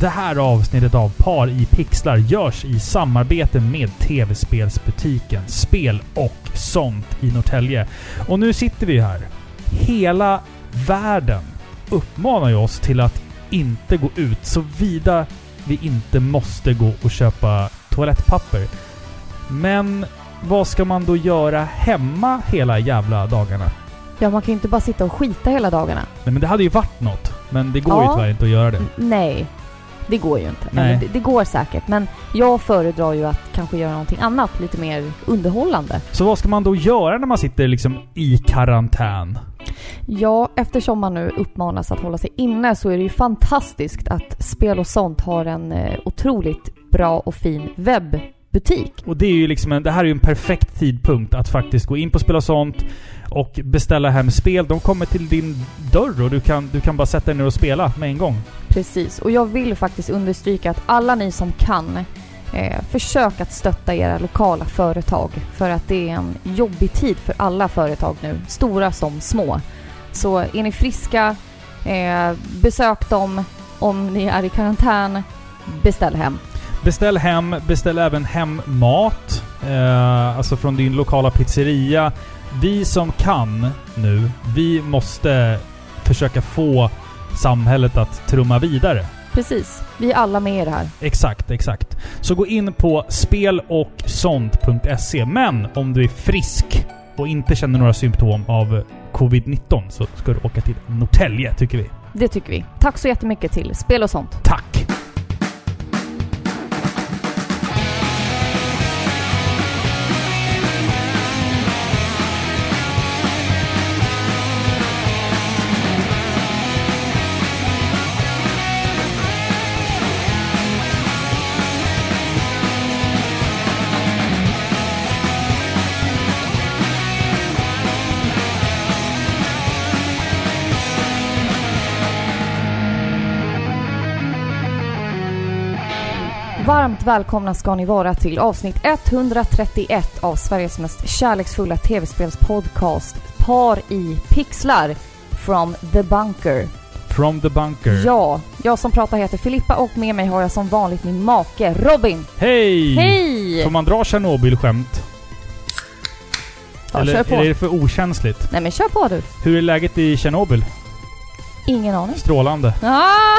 Det här avsnittet av Par i pixlar görs i samarbete med tv-spelsbutiken Spel och sånt i Norrtälje. Och nu sitter vi här. Hela världen uppmanar ju oss till att inte gå ut såvida vi inte måste gå och köpa toalettpapper. Men vad ska man då göra hemma hela jävla dagarna? Ja, man kan ju inte bara sitta och skita hela dagarna. Nej, men det hade ju varit något. Men det går ju tyvärr inte att göra det. Nej, det går ju inte. Eller, det går säkert. Men jag föredrar ju att kanske göra någonting annat, lite mer underhållande. Så vad ska man då göra när man sitter liksom i karantän? Ja, eftersom man nu uppmanas att hålla sig inne så är det ju fantastiskt att Spel och sånt har en otroligt bra och fin webbbutik. Och det är ju liksom det här är ju en perfekt tidpunkt att faktiskt gå in på Spel och sånt och beställa hem spel. De kommer till din dörr och du kan bara sätta dig ner och spela med en gång. Precis, och jag vill faktiskt understryka att alla ni som kan försök att stötta era lokala företag, för att det är en jobbig tid för alla företag nu, stora som små. Så är ni friska, besök dem. Om ni är i karantän, beställ hem. Beställ hem, beställ även hem mat, alltså från din lokala pizzeria. Vi som kan nu, vi måste försöka få samhället att trumma vidare. Precis, vi är alla med er här. Exakt. Så gå in på spelochsont.se. Men om du är frisk och inte känner några symptom av covid-19 så ska du åka till Norrtälje, tycker vi. Det tycker vi. Tack så jättemycket till Spel och sånt. Tack! Varmt välkomna ska ni vara till avsnitt 131 av Sveriges mest kärleksfulla tv-spelspodcast Par i pixlar from the bunker. From the bunker. Ja, jag som pratar heter Filippa och med mig har jag som vanligt min make Robin. Hej! Hej! Får man dra Tjernobyl-skämt? Ja, eller kör på. är det för okänsligt? Nej, men kör på du. Hur är läget i Tjernobyl? Ingen aning. Strålande. Ah!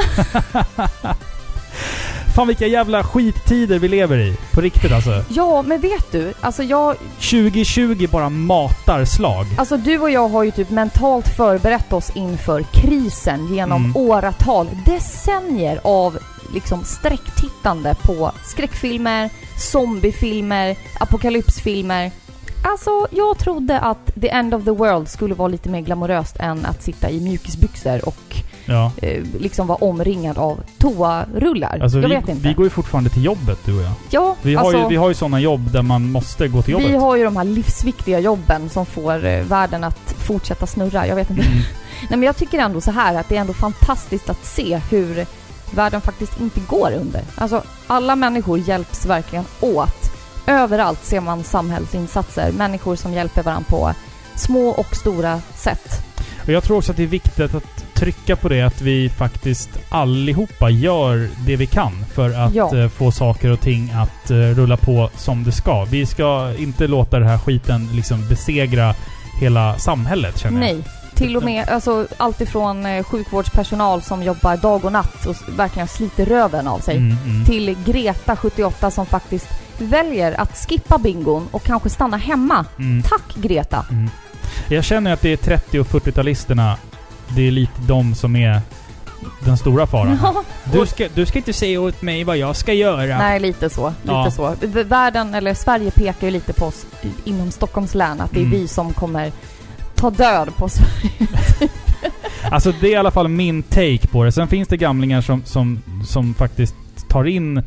Fan, vilka jävla skittider vi lever i. På riktigt alltså. Ja, men vet du, alltså 2020 bara matar slag. Alltså du och jag har ju typ mentalt förberett oss inför krisen genom åratal, decennier av liksom sträcktittande på skräckfilmer, zombiefilmer, apokalypsfilmer. Alltså, jag trodde att the end of the world skulle vara lite mer glamoröst än att sitta i mjukisbyxor och liksom vara omringad av toarullar. Alltså jag vet inte. Vi går ju fortfarande till jobbet, du och jag. Ja, vi har ju sådana jobb där man måste gå till jobbet. Vi har ju de här livsviktiga jobben som får världen att fortsätta snurra. Jag vet inte. Nej, men jag tycker ändå så här att det är ändå fantastiskt att se hur världen faktiskt inte går under. Alltså, alla människor hjälps verkligen åt. Överallt ser man samhällsinsatser. Människor som hjälper varandra på små och stora sätt. Och jag tror också att det är viktigt att trycka på det, att vi faktiskt allihopa gör det vi kan för att få saker och ting att rulla på som det ska. Vi ska inte låta det här skiten liksom besegra hela samhället, känner jag. Nej. Till och med alltså, allt ifrån sjukvårdspersonal som jobbar dag och natt och verkligen sliter röven av sig till Greta 78 som faktiskt väljer att skippa bingon och kanske stanna hemma. Tack Greta! Jag känner att det är 30- och 40-talisterna, det är lite de som är den stora faran. Ja. Du ska inte säga åt mig vad jag ska göra. Nej, lite så. Världen, eller Sverige pekar ju lite på oss inom Stockholms län att det är vi som kommer ta död på Sverige. Alltså det är i alla fall min take på det. Sen finns det gamlingar som faktiskt tar in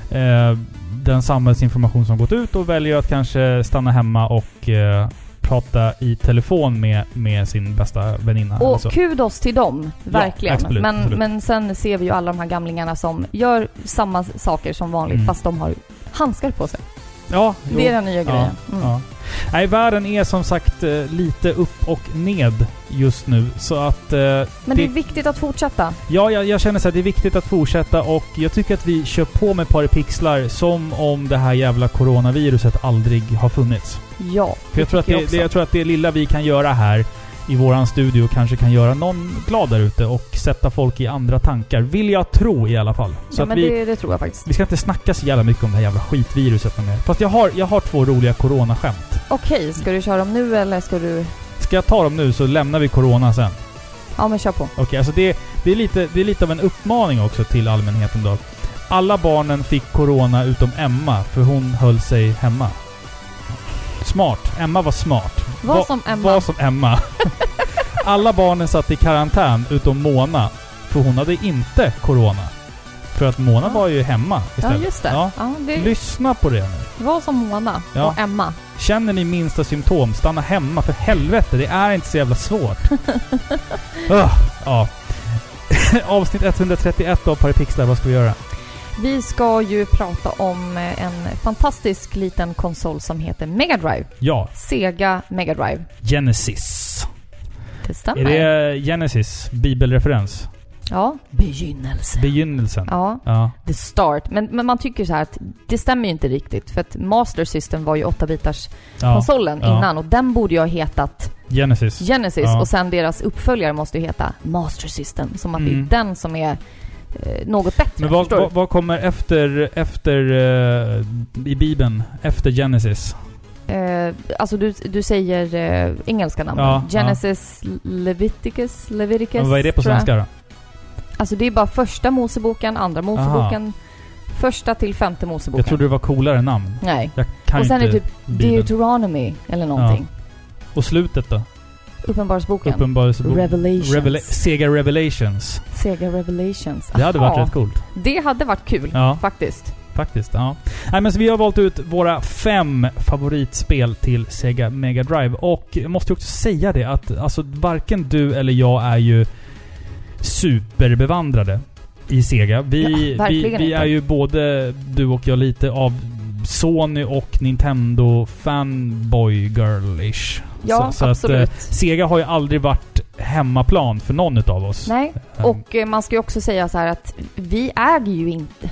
den samhällsinformation som gått ut och väljer att kanske stanna hemma och prata i telefon med sin bästa väninna. Och kudos till dem, verkligen. Ja, absolut. Men sen ser vi ju alla de här gamlingarna som gör samma saker som vanligt fast de har handskar på sig. Ja, det är den nya grejen. Ja. Nej, världen är som sagt lite upp och ned just nu. Så att... Men det är viktigt att fortsätta. Ja, jag känner så att det är viktigt att fortsätta och jag tycker att vi kör på med Paripixlar som om det här jävla coronaviruset aldrig har funnits. Ja, för jag tror att det lilla vi kan göra här i våran studio kanske kan göra någon glad där ute och sätta folk i andra tankar. Vill jag tro i alla fall. Så ja, att men det tror jag faktiskt. Vi ska inte snacka så jävla mycket om det här jävla skitviruset med. Fast jag har 2 roliga coronaskämt. Okej, ska du köra dem nu eller ska du... Ska jag ta dem nu så lämnar vi corona sen. Ja, men kör på. Okej, alltså det är lite av en uppmaning också till allmänheten då. Alla barnen fick corona utom Emma, för hon höll sig hemma. Smart. Emma var smart. Var som Emma. Alla barnen satt i karantän utom Mona, för hon hade inte corona. För att Mona var ju hemma istället. Ja, just det. Ja. Ja, Lyssna på det nu. Var som Mona och Emma. Känner ni minsta symptom, stanna hemma för helvete. Det är inte så jävla svårt. Ja. Avsnitt 131 av Paripixlar, vad ska vi göra? Vi ska ju prata om en fantastisk liten konsol som heter Mega Drive. Ja. Sega Mega Drive. Genesis. Det stämmer. Är det Genesis? Bibelreferens? Ja. Begynnelsen. Ja. The start. Men man tycker så här att det stämmer ju inte riktigt. För att Master System var ju 8-bitars konsolen innan. Och den borde ju ha hetat Genesis. Och sen deras uppföljare måste ju heta Master System. Som att det är den som är något bättre. Men vad kommer efter i Bibeln? Efter Genesis? Alltså du säger engelska namn. Genesis, Leviticus. Men vad är det på svenska då? Alltså det är bara första Moseboken, andra Moseboken, första till 5:e Moseboken. Jag trodde det var coolare namn. Nej. Och sen är det typ Deuteronomy eller någonting. Och slutet då? Uppenbarelseboken. Revelations. Sega Revelations. Det hade varit rätt coolt. Det hade varit kul, faktiskt. Ja. Nej, men så vi har valt ut våra 5 favoritspel till Sega Mega Drive. Och jag måste också säga det att alltså, varken du eller jag är ju superbevandrade i Sega. Vi är ju både du och jag lite av Sony och Nintendo fanboy girlish. Ja, så absolut. Att, Sega har ju aldrig varit hemmaplan för någon utav oss. Nej, och man ska ju också säga så här att vi äger ju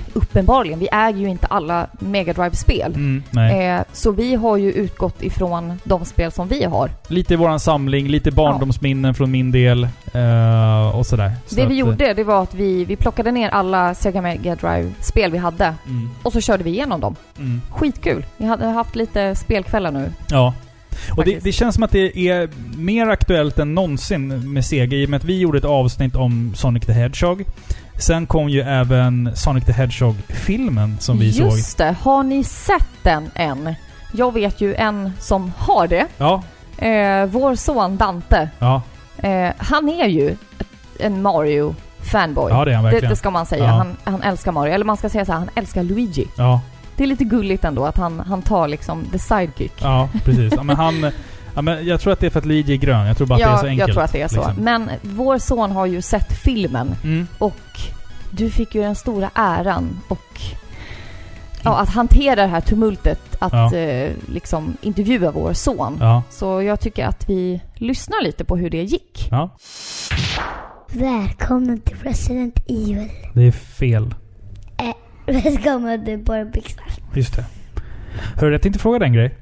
inte alla Mega Drive-spel. Så vi har ju utgått ifrån de spel som vi har. Lite i våran samling, lite barndomsminnen från min del och sådär. Det vi gjorde, det var att vi plockade ner alla Sega Mega Drive-spel vi hade och så körde vi igenom dem. Skitkul. Vi hade haft lite spelkvällar nu. Ja. Och det känns som att det är mer aktuellt än någonsin med Sega i och med att vi gjorde ett avsnitt om Sonic the Hedgehog. Sen kom ju även Sonic the Hedgehog-filmen som vi såg. Just det, har ni sett den än? Jag vet ju en som har det. Ja. Vår son Dante. Ja. Han är ju en Mario-fanboy. Ja, det är han verkligen. Det ska man säga. Ja. Han älskar Mario. Eller man ska säga så här, han älskar Luigi. Ja. Det är lite gulligt ändå att han tar liksom the sidekick. Ja, precis. Men jag tror att det är för att Luigi är grön. Jag tror bara att det är så enkelt. Jag tror att det är så. Liksom. Men vår son har ju sett filmen. Och du fick ju den stora äran och att hantera det här tumultet. Att liksom intervjua vår son. Ja. Så jag tycker att vi lyssnar lite på hur det gick. Ja. Välkommen till Resident Evil. Det är fel. Välkommen till Paripixlar. Just det. Hörru, jag tänkte fråga dig en grej.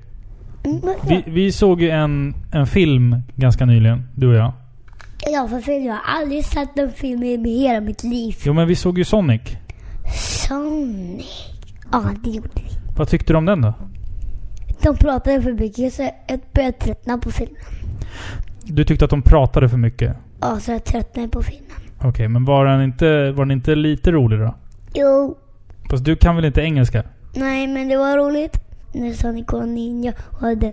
Vi såg ju en film ganska nyligen, du och jag. Ja, för film. Jag har aldrig sett en film i hela mitt liv. Jo, men vi såg ju Sonic. Sonic? Ja, det gjorde vi. Vad tyckte du om den då? De pratade för mycket så jag började tröttna på filmen. Du tyckte att de pratade för mycket? Ja, så jag tröttnade på filmen. Okej, men var den inte lite rolig då? Jo. Fast du kan väl inte engelska? Nej, men det var roligt. När Sonic och Ninja hade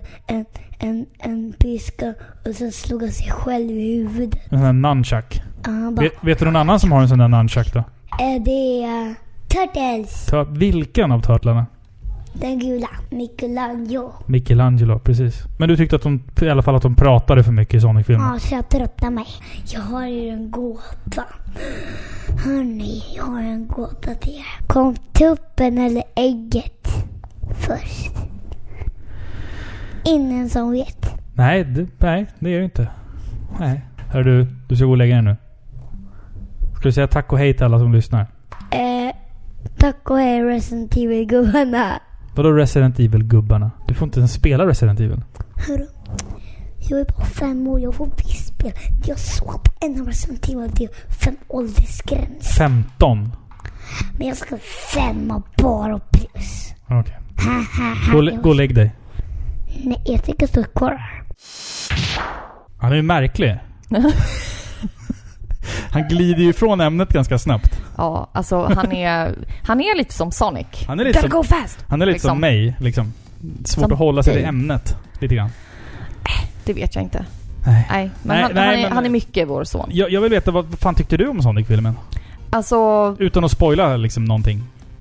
en piska och sen slog han sig själv i huvudet. En sån här nunchuck. Vet du någon annan som har en sån där nunchuck då? Det är Turtles. Vilken av turtlarna? Den gula. Michelangelo, precis. Men du tyckte att i alla fall att de pratade för mycket i Sonic-filmen? Ja, så jag tröttade mig. Jag har ju en gåta. Hörrni, jag har en gåta till er. Kom tuppen eller ägget först? Ingen som vet. Nej, det är det inte. Nej. Hör du ska gå och lägga dig nu. Ska du säga tack och hej till alla som lyssnar? Tack och hej Resident Evil-gubbarna. Vadå Resident Evil-gubbarna? Du får inte ens spela Resident Evil. Hörru, jag är bara 5 år. Jag får visst spela. Jag såg på en av Resident Evil. Det är 5 åldersgräns. 15? Men jag ska 5 bara plus. Okej. Gå och lägg dig. Nej, jag tänker stå kvar här. Han är ju märklig. Han glider ju från ämnet ganska snabbt. Ja, alltså han är lite som Sonic. Han är lite som, go fast. Han är lite liksom. Som mig, liksom. Svårt som att hålla sig dig. till ämnet lite grann. Det vet jag inte. Nej. Men han är mycket vår son. Jag vill veta, vad fan tyckte du om Sonic-filmen? Alltså... Utan att spoila liksom någonting.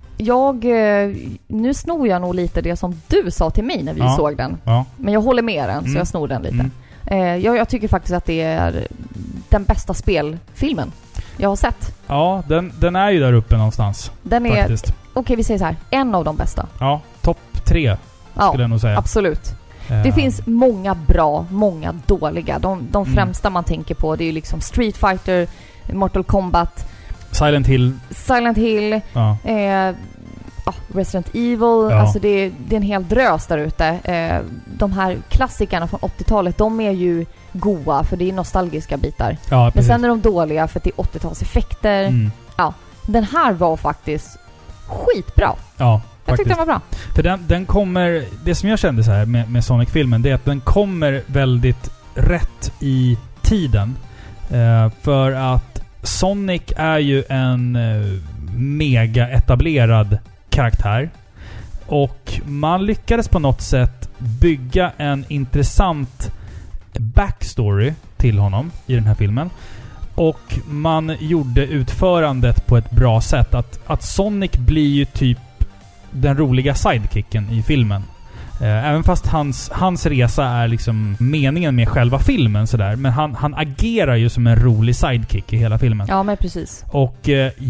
Nu snor jag nog lite det som du sa till mig när vi såg den. Ja. Men jag håller med den, så jag snor den lite. Jag tycker faktiskt att det är den bästa spelfilmen jag har sett. Ja, den är ju där uppe någonstans. Den är, okej, vi säger så här, en av de bästa. Ja, topp 3 skulle jag nog säga. Absolut. Det finns många bra, många dåliga. De främsta man tänker på, det är ju liksom Street Fighter, Mortal Kombat, Silent Hill. Ja. Resident Evil. Ja. Alltså det är en hel drös där ute. De här klassikerna från 80-talet, de är ju goa för det är nostalgiska bitar. Ja, men sen är de dåliga för att det är 80-talseffekter. Ja, den här var faktiskt skitbra. Ja, jag tyckte den var bra. För den kommer, det som jag kände så här med Sonic-filmen, det är att den kommer väldigt rätt i tiden. För att Sonic är ju en mega etablerad karaktär. Och man lyckades på något sätt bygga en intressant backstory till honom i den här filmen. Och man gjorde utförandet på ett bra sätt. Att Sonic blir ju typ den roliga sidekicken i filmen. Även fast hans resa är liksom meningen med själva filmen sådär. Men han agerar ju som en rolig sidekick i hela filmen. Ja, men precis. Och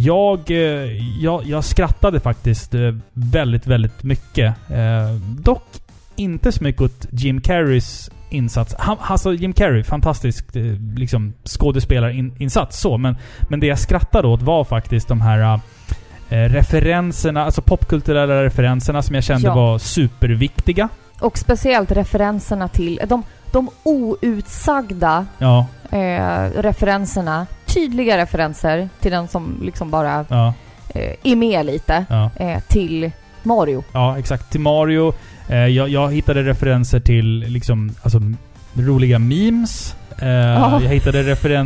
jag skrattade faktiskt väldigt, väldigt mycket. Dock inte så mycket åt Jim Carreys insats. Alltså Jim Carrey, fantastisk liksom skådespelarinsats så. Men det jag skrattade åt var faktiskt de här referenserna, alltså popkulturella referenserna som jag kände var superviktiga. Och speciellt referenserna till de outsagda referenserna, tydliga referenser till den som liksom bara är med lite till Mario. Ja, exakt. Till Mario. Jag hittade referenser till liksom, alltså, roliga memes. Jag hittade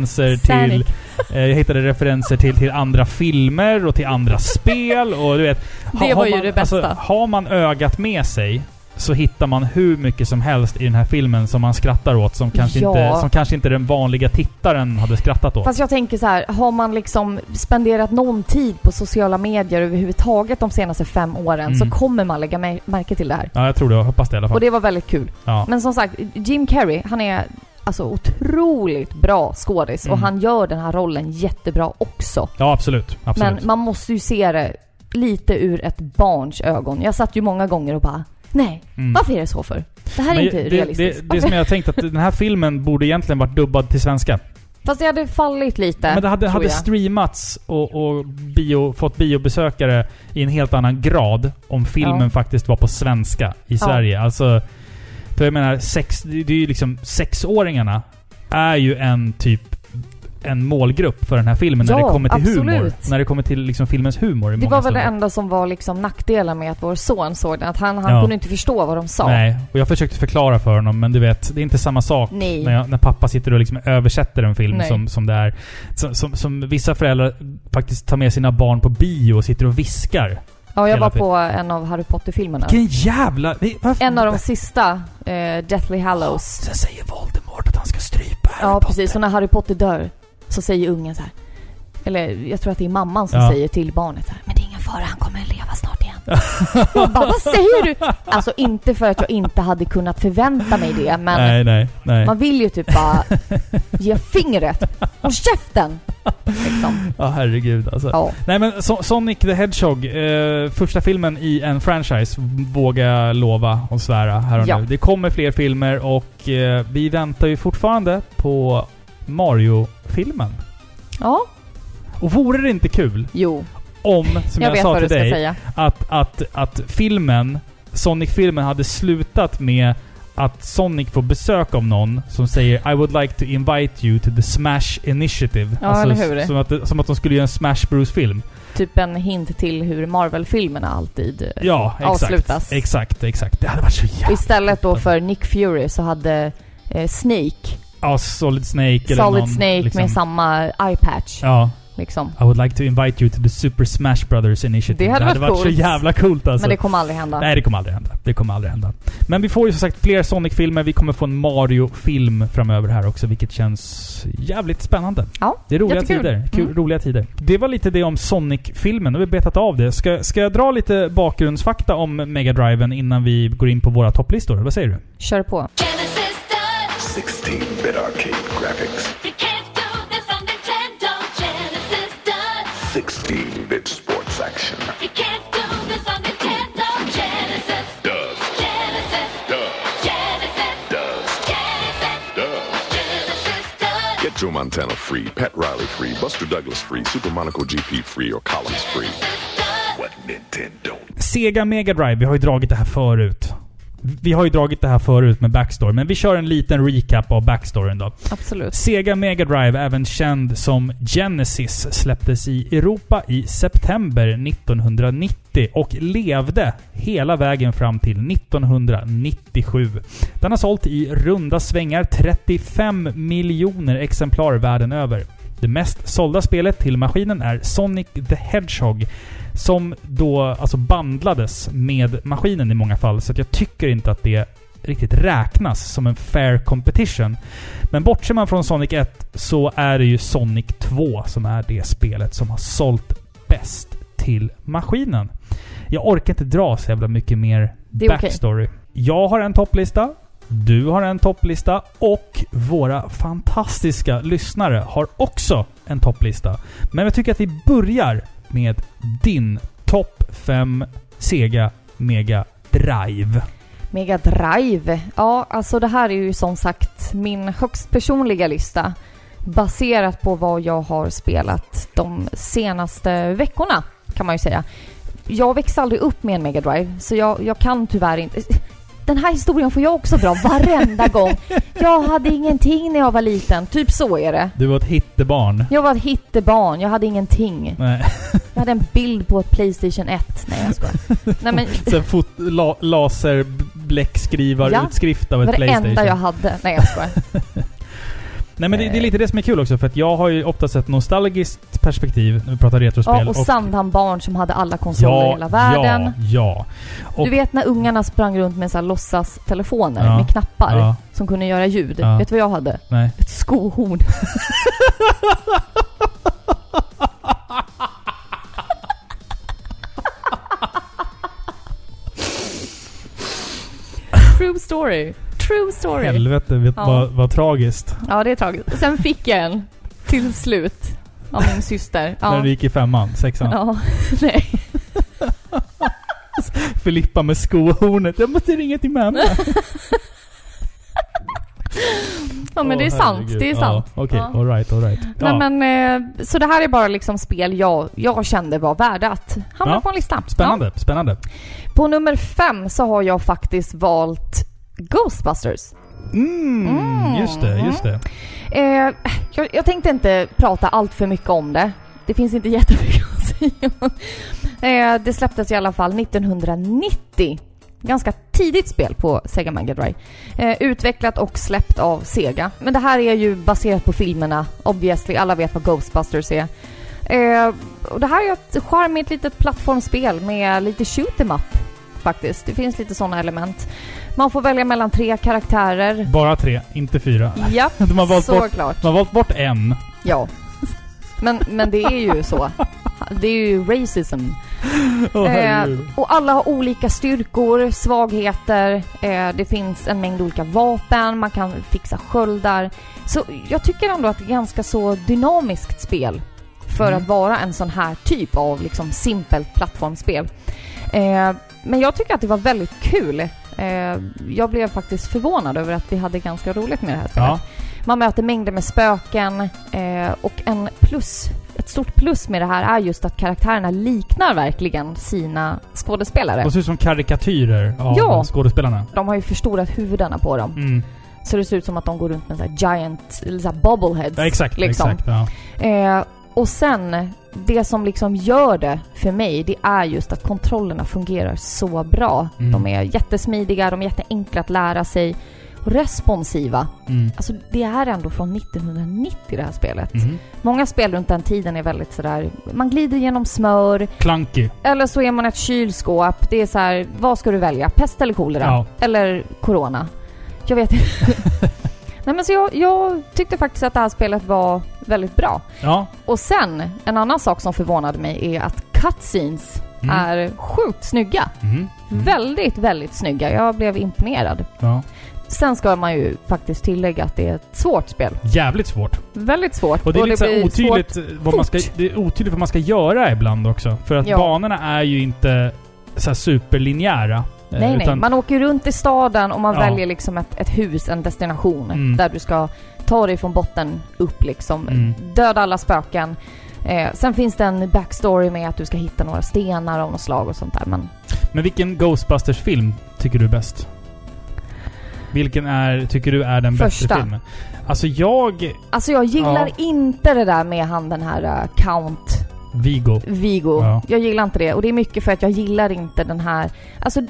referenser till andra filmer och till andra spel och du vet, det var ju det bästa. Alltså, har man ögat med sig så hittar man hur mycket som helst i den här filmen som man skrattar åt som kanske inte den vanliga tittaren hade skrattat åt. Fast jag tänker så här, har man liksom spenderat någon tid på sociala medier överhuvudtaget de senaste 5 åren så kommer man lägga märke till det här. Ja, jag tror det. Jag hoppas det i alla fall. Och det var väldigt kul. Ja. Men som sagt, Jim Carrey, han är alltså otroligt bra skådis och han gör den här rollen jättebra också. Ja, absolut. Men man måste ju se det lite ur ett barns ögon. Jag satt ju många gånger och bara nej, varför är det så för? Det här är inte realistiskt. Det som jag tänkt att den här filmen borde egentligen varit dubbad till svenska. Fast det hade fallit lite. Men det hade streamats och fått biobesökare i en helt annan grad om filmen faktiskt var på svenska i Sverige. Alltså, för jag menar, det är ju liksom 6-åringarna är ju en målgrupp för den här filmen när det kommer till humor. När det kommer till liksom filmens humor. Det var väl det enda som var liksom nackdelen med att vår son såg den. Att han kunde inte förstå vad de sa. Nej, och jag försökte förklara för honom, men du vet, det är inte samma sak när pappa sitter och liksom översätter en film som det är. Som vissa föräldrar faktiskt tar med sina barn på bio och sitter och viskar. Ja, jag var på en av Harry Potter-filmerna. Vilken jävla... En av de sista, Deathly Hallows. Sen säger Voldemort att han ska strypa Harry Potter. Precis. Och när Harry Potter dör så säger ungen så här. Eller jag tror att det är mamman som säger till barnet så här: men det är ingen fara, han kommer leva snart igen. Och bara, vad säger du? Alltså inte för att jag inte hade kunnat förvänta mig det, men nej. Man vill ju typ bara ge fingret och käften. Liksom. Ja, herregud alltså. Ja. Nej, men Sonic the Hedgehog, första filmen i en franchise, vågar lova och svära här och nu. Det kommer fler filmer och vi väntar ju fortfarande på Mario-filmen. Ja. Och vore det inte kul Jo. om, som jag sa till dig, säga. att filmen, Sonic-filmen hade slutat med att Sonic får besök av någon som säger I would like to invite you to the Smash Initiative. Ja, eller hur? Som att de skulle göra en Smash Bros-film. Typ en hint till hur Marvel-filmerna alltid avslutas. Exakt. Det hade varit så jävla... Istället då för Nick Fury så hade Snake. Ja, Solid Snake. Eller Solid någon, Snake liksom, med samma eye-patch. Ja. Liksom. I would like to invite you to the Super Smash Brothers Initiative. Det hade varit så jävla coolt alltså. Men det kommer aldrig hända. Nej, det kommer aldrig hända. Men vi får ju som sagt fler Sonic-filmer. Vi kommer få en Mario-film framöver här också, vilket känns jävligt spännande. Ja, det är roliga tider. Roliga tider. Det var lite det om Sonic-filmen. Nu har vi betat av det. Ska jag dra lite bakgrundsfakta om Mega Driven innan vi går in på våra topplistor? Vad säger du? Kör på. 16-bit arcade graphics. 16-bit sports action. You can't do this on Nintendo Genesis. Does. Genesis. Does. Genesis. Does. Genesis. Does. Genesis does. Get Joe Montana free, Pat Riley free, Buster Douglas free, Super Monaco GP free or Collins free. What Nintendo? Sega Mega Drive, vi har ju dragit det här förut. Med Backstory, men vi kör en liten recap av Backstoryn då. Absolut. Sega Mega Drive, även känd som Genesis, släpptes i Europa i september 1990 och levde hela vägen fram till 1997. Den har sålt i runda svängar 35 miljoner exemplar världen över. Det mest sålda spelet till maskinen är Sonic the Hedgehog, som då alltså bandlades med maskinen i många fall, så att jag tycker inte att det riktigt räknas som en fair competition. Men bortser man från Sonic 1 så är det ju Sonic 2 som är det spelet som har sålt bäst till maskinen. Jag orkar inte dra så jävla mycket mer backstory. Okay. Jag har en topplista, du har en topplista och våra fantastiska lyssnare har också en topplista. Men jag tycker att vi börjar med din topp 5 Sega Mega Drive. Mega Drive? Ja, alltså det här är ju som sagt min högst personliga lista. Baserat på vad jag har spelat de senaste veckorna, kan man ju säga. Jag växte aldrig upp med en Mega Drive, så jag kan tyvärr inte... Den här historien får jag också dra varenda gång. Jag hade ingenting när jag var liten. Typ så är det. Du var ett hittebarn. Jag var ett hittebarn. Jag hade ingenting. Nej. Jag hade en bild på ett PlayStation 1. Nej, jag skojar. Nej, men... Sen laserbläckskrivar-utskrift av ett PlayStation. Det var det enda jag hade. Nej, jag skojar. Nej, men det är lite det som är kul också, för att jag har ju oftast ett nostalgiskt perspektiv när vi pratar retrospel. Ja, och Sandhamn-barn som hade alla konsoler i hela världen. Ja. Och du vet när ungarna sprang runt med så här låtsas-telefoner med knappar som kunde göra ljud. Vet du vad jag hade? Nej. Ett skohorn. True story. Helvete, vad tragiskt. Ja, det är tragiskt. Sen fick jag en till slut av min syster. Ja. När du gick i 5:an, 6:an. Ja, nej. Filippa med skohornet. Jag måste ringa till mamma. Ja, men det är sant. Herregud. Det är sant. Ja, okej, all right. Ja. Nej, men, så det här är bara liksom spel jag kände var värda att hamna på en lista. Spännande. På nummer 5 så har jag faktiskt valt Ghostbusters. Just det. Jag tänkte inte prata allt för mycket om det. Det finns inte jättemycket att säga. Det släpptes i alla fall 1990. Ganska tidigt spel på Sega Mega Drive. Utvecklat och släppt av Sega. Men det här är ju baserat på filmerna. Obviously, alla vet vad Ghostbusters är. Och det här är ett charmigt litet plattformsspel med lite shoot 'em up faktiskt. Det finns lite sådana element. Man får välja mellan 3 karaktärer. Bara 3, inte 4. Ja, de har såklart. Man har valt bort en. Ja. Men det är ju så. Det är ju racism. Och alla har olika styrkor, svagheter. Det finns en mängd olika vapen. Man kan fixa sköldar. Så jag tycker ändå att det är ganska så dynamiskt spel för att vara en sån här typ av liksom simpelt plattformsspel. Men jag tycker att det var väldigt kul. Jag blev faktiskt förvånad över att vi hade ganska roligt med det här spelet. Man möter mängder med spöken och ett stort plus med det här är just att karaktärerna liknar verkligen sina skådespelare. De ser ut som karikatyrer av skådespelarna. De har ju förstorat huvudena på dem. Mm. Så det ser ut som att de går runt med så här giant, eller så här bobbleheads. Ja, exakt. Ja. Och sen, det som liksom gör det för mig, det är just att kontrollerna fungerar så bra. Mm. De är jättesmidiga, de är jätteenkla att lära sig. Och responsiva. Mm. Alltså det är ändå från 1990 det här spelet. Mm. Många spel runt den tiden är väldigt sådär, man glider genom smör. Clunky. Eller så är man ett kylskåp. Det är så här, vad ska du välja? Pest eller kolera? Ja. Eller corona? Jag vet inte. Nej, men så jag tyckte faktiskt att det här spelet var väldigt bra. Ja. Och sen, en annan sak som förvånade mig är att cutscenes är sjukt snygga. Mm. Väldigt, väldigt snygga. Jag blev imponerad. Ja. Sen ska man ju faktiskt tillägga att det är ett svårt spel. Jävligt svårt. Väldigt svårt. Och det är lite så otydligt det är vad man ska göra ibland också. För att banorna är ju inte så här superlinjära. Nej. Man åker runt i staden och man väljer liksom ett hus, en destination där du ska ta dig från botten upp liksom. Döda alla spöken. Sen finns det en backstory med att du ska hitta några stenar av något slag och sånt där. Men vilken Ghostbusters-film tycker du är bäst? Vilken tycker du är den bästa filmen? Alltså jag gillar inte det där med den här Count Vigo. Ja. Jag gillar inte det. Och det är mycket för att jag gillar inte den här... Alltså,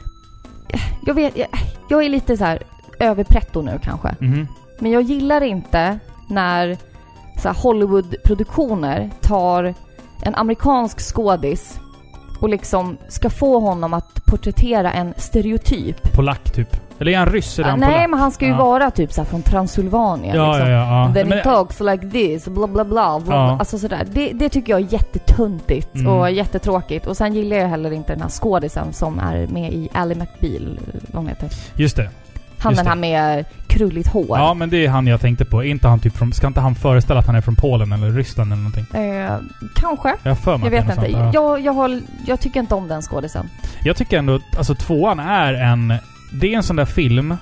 jag är lite så här överpretto nu kanske. Mm. Men jag gillar inte när så här Hollywood-produktioner tar en amerikansk skådis och liksom ska få honom att porträttera en stereotyp. Polack typ. Eller är han ryss eller nej, polack? Men han ska ju vara typ så här från Transylvanien. Ja, liksom. ja. Then he talks like this, bla bla bla. Alltså sådär. Det tycker jag är jättetuntigt och jättetråkigt. Och sen gillar jag heller inte den här skådisen som är med i Ally McBeal. Vad heter. Just det. Den här med krulligt hår. Ja, men det är han jag tänkte på. Inte han typ ska inte han föreställa att han är från Polen eller Ryssland eller någonting? Kanske. Jag vet inte. Jag tycker inte om den skådisen. Jag tycker ändå, alltså tvåan är det är en sån där film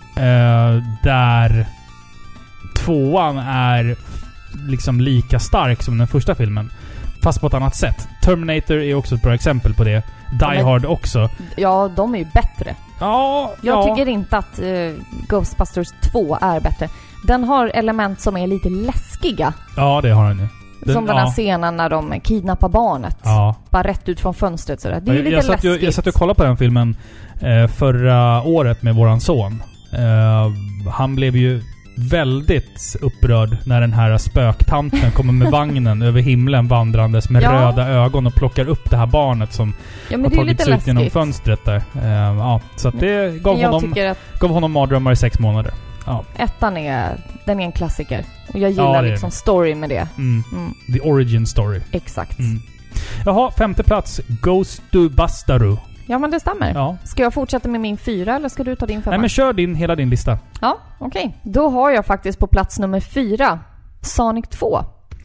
där tvåan är liksom lika stark som den första filmen. Fast på ett annat sätt. Terminator är också ett bra exempel på det. Die Hard också. Ja, de är ju bättre. Jag tycker inte att Ghostbusters 2 är bättre. Den har element som är lite läskiga. Ja, det har den ju. Som den här scenen när de kidnappar barnet. Ja. Bara rätt ut från fönstret. Sådär. Det är lite läskigt. Jag satt och kollade på den filmen förra året med våran son. Han blev ju väldigt upprörd när den här spöktanten kommer med vagnen över himlen vandrandes med röda ögon och plockar upp det här barnet som har tagits ut genom fönstret där. Så att det gav honom mardrömmar i 6 månader. Ja. Ettan den är en klassiker. Och jag gillar liksom story med det. The origin story. Exakt. Jaha, 5:e plats. Ghostbusters. Ja, men det stämmer. Ja. Ska jag fortsätta med min 4 eller ska du ta din 5? Nej, men kör hela din lista. Ja, okej. Då har jag faktiskt på plats nummer 4 Sonic 2.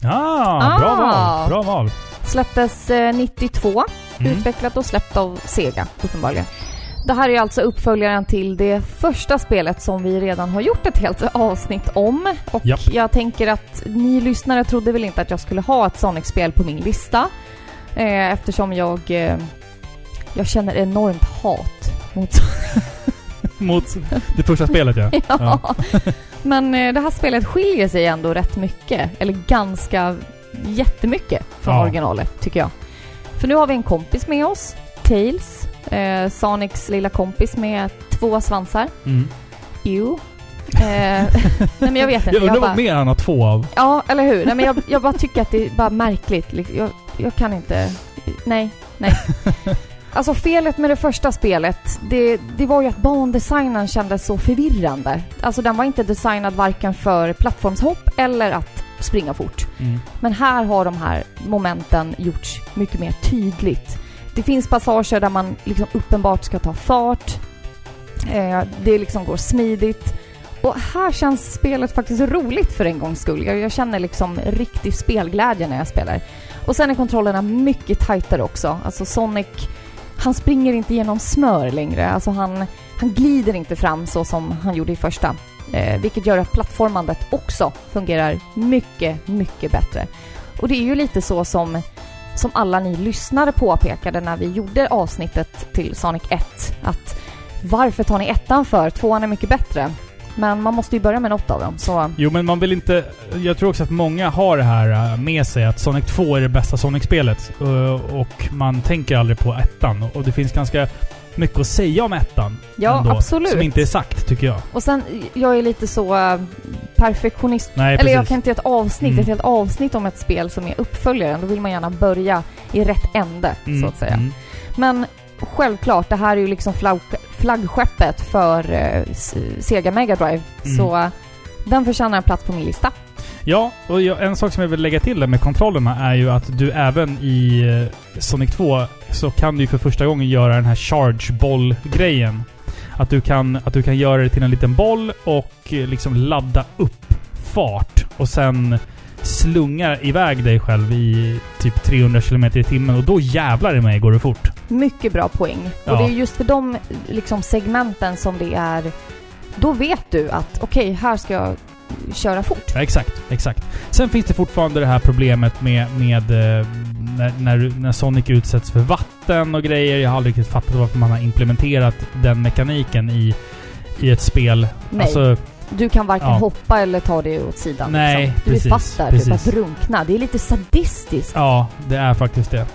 Bra val. Släpptes 92. Utvecklat och släppt av Sega, uppenbarligen. Det här är alltså uppföljaren till det första spelet som vi redan har gjort ett helt avsnitt om. Och jag tänker att ni lyssnare trodde väl inte att jag skulle ha ett Sonic-spel på min lista. Eftersom jag känner enormt hat mot det första spelet, ja. Men det här spelet skiljer sig ändå rätt mycket. Eller jättemycket från originalet, tycker jag. För nu har vi en kompis med oss. Tails. Sonics lilla kompis med 2 svansar. Nej, men jag vet inte. Jag undrar vad mer han har 2 av. Ja, eller hur? Nej, men jag bara tycker att det är bara märkligt. Jag kan inte... Nej. Alltså felet med det första spelet, det var ju att bandesignen kändes så förvirrande. Alltså den var inte designad varken för plattformshopp eller att springa fort. Men här har de här momenten gjorts mycket mer tydligt. Det finns passager där man liksom uppenbart ska ta fart. Det liksom går smidigt. Och här känns spelet faktiskt roligt för en gångs skull. Jag känner liksom riktig spelglädje när jag spelar. Och sen är kontrollerna mycket tajtare också. Alltså Sonic, han springer inte genom smör längre. Alltså han glider inte fram så som han gjorde i första. vilket gör att plattformandet också fungerar mycket, mycket bättre. Och det är ju lite så som alla ni lyssnare påpekade när vi gjorde avsnittet till Sonic 1, att varför tar ni ettan för? Tvåan är mycket bättre. Men man måste ju börja med något av dem. Så. Jo, men man vill inte... Jag tror också att många har det här med sig, att Sonic 2 är det bästa Sonic-spelet. Och man tänker aldrig på ettan. Och det finns ganska mycket att säga om ettan. Ja, ändå, absolut. som inte är sagt, tycker jag. Och sen, jag är lite så perfektionist. Nej, eller precis. jag kan inte göra ett helt avsnitt om ett spel som är uppföljaren. Då vill man gärna börja i rätt ände, så att säga. Men självklart, det här är ju liksom flaggskeppet för Sega Mega Drive. Så den förtjänar en plats på min lista. Ja, och en sak som jag vill lägga till där med kontrollerna är ju att du även i Sonic 2 så kan du för första gången göra den här charge boll-grejen. Att du kan göra det till en liten boll och liksom ladda upp fart och sen slunga iväg dig själv i typ 300 km i timmen, och då jävlar i mig går det fort. Mycket bra poäng. Ja. Och det är just för de liksom segmenten som det är, då vet du att okej, här ska jag köra fort. Ja, exakt. Sen finns det fortfarande det här problemet med när Sonic utsätts för vatten och grejer. Jag har aldrig riktigt fattat varför man har implementerat den mekaniken i ett spel. Nej. Alltså, du kan varken hoppa eller ta det åt sidan. Nej, liksom. Du precis, är fast där, typ att drunkna. Det är lite sadistiskt. Ja, det är faktiskt det.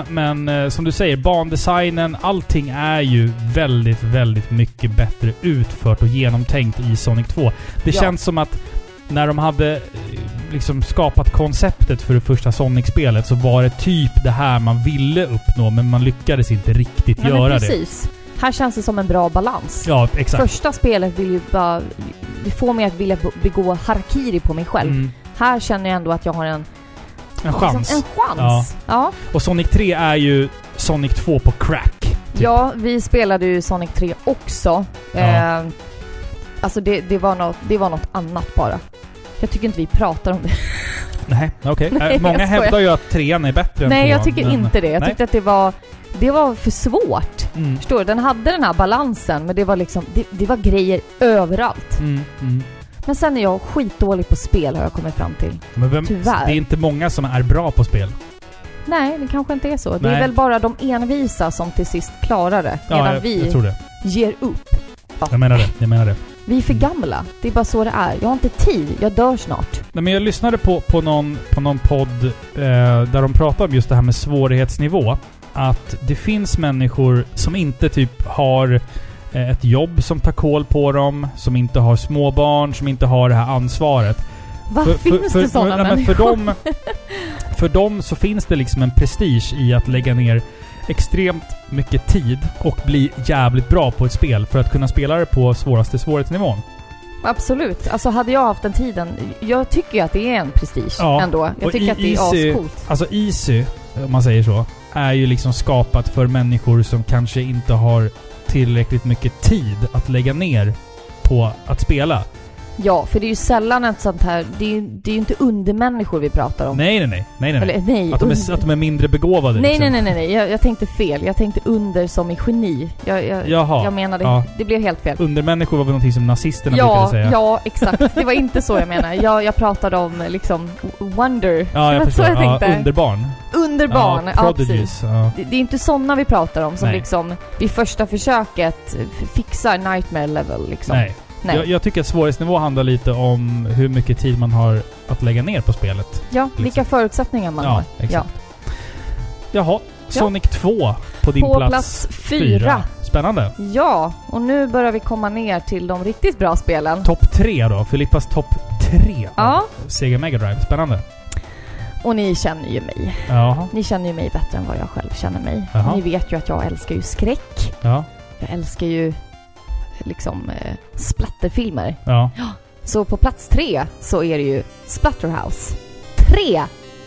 Men som du säger, bandesignen, allting är ju väldigt, väldigt mycket bättre utfört och genomtänkt i Sonic 2. Det känns som att när de hade liksom skapat konceptet för det första Sonic-spelet så var det typ det här man ville uppnå, men man lyckades inte riktigt göra precis. Här känns det som en bra balans. Ja, exakt. Första spelet vill ju bara... Det får mig att vilja begå harakiri på mig själv. Här känner jag ändå att jag har en chans. Liksom en chans. Ja. Och Sonic 3 är ju Sonic 2 på crack. Typ. Ja, vi spelade ju Sonic 3 också. Ja. Alltså det var något annat bara. Jag tycker inte vi pratar om det. Nej, okej. Många hävdar ju att 3an är bättre än 2an. Nej, jag tycker inte det. Jag tyckte att det var för svårt. Förstår du? Den hade den här balansen, men det var liksom det var grejer överallt. Men sen är jag skitdålig på spel, har jag kommit fram till. Men tyvärr. Det är inte många som är bra på spel. Nej, det kanske inte är så. Det är väl bara de envisa som till sist klarar det. Medan vi tror det. Ger upp. Ja. Jag menar det. Vi är för gamla. Det är bara så det är. Jag har inte tid. Jag dör snart. Nej, men jag lyssnade på någon podd där de pratade om just det här med svårighetsnivå. Att det finns människor som inte typ har ett jobb som tar kål på dem, som inte har småbarn, som inte har det här ansvaret. Vad finns det sådana människor? För dem så finns det liksom en prestige i att lägga ner extremt mycket tid och bli jävligt bra på ett spel för att kunna spela det på svåraste svårighetsnivån. Absolut. Alltså hade jag haft den tiden... Jag tycker ju att det är en prestige ändå. Jag tycker att det är ascoolt. Alltså Easy, om man säger så, är ju liksom skapat för människor som kanske inte har tillräckligt mycket tid att lägga ner på att spela. Ja, för det är ju sällan ett sånt här... Det är ju inte undermänniskor vi pratar om. Nej. Eller, nej, att de är mindre begåvade. Nej, liksom. nej. Jag tänkte fel. Jag tänkte under som i geni. Jag menade... Det blev helt fel. Undermänniskor var väl någonting som nazisterna brukade säga. Ja, exakt. Det var inte så jag menade. Jag pratade om liksom wonder. Ja, jag förstår. Så jag tänkte. Underbarn. Underbarn, prodigies. Ja. Det är inte sådana vi pratar om som liksom vid första försöket fixar Nightmare level liksom. Nej. Jag tycker att svårighetsnivå handlar lite om hur mycket tid man har att lägga ner på spelet. Ja, liksom. Vilka förutsättningar man har. Exakt. Jaha, Sonic 2 på din plats 4. Spännande. Ja, och nu börjar vi komma ner till de riktigt bra spelen. Topp 3 då, Filippas topp 3 av Sega Mega Drive. Spännande. Och ni känner ju mig. Jaha. Ni känner ju mig bättre än vad jag själv känner mig. Jaha. Ni vet ju att jag älskar ju skräck. Ja. Jag älskar ju liksom splatterfilmer. Ja. Så på plats 3 så är det ju Splatterhouse 3. Right.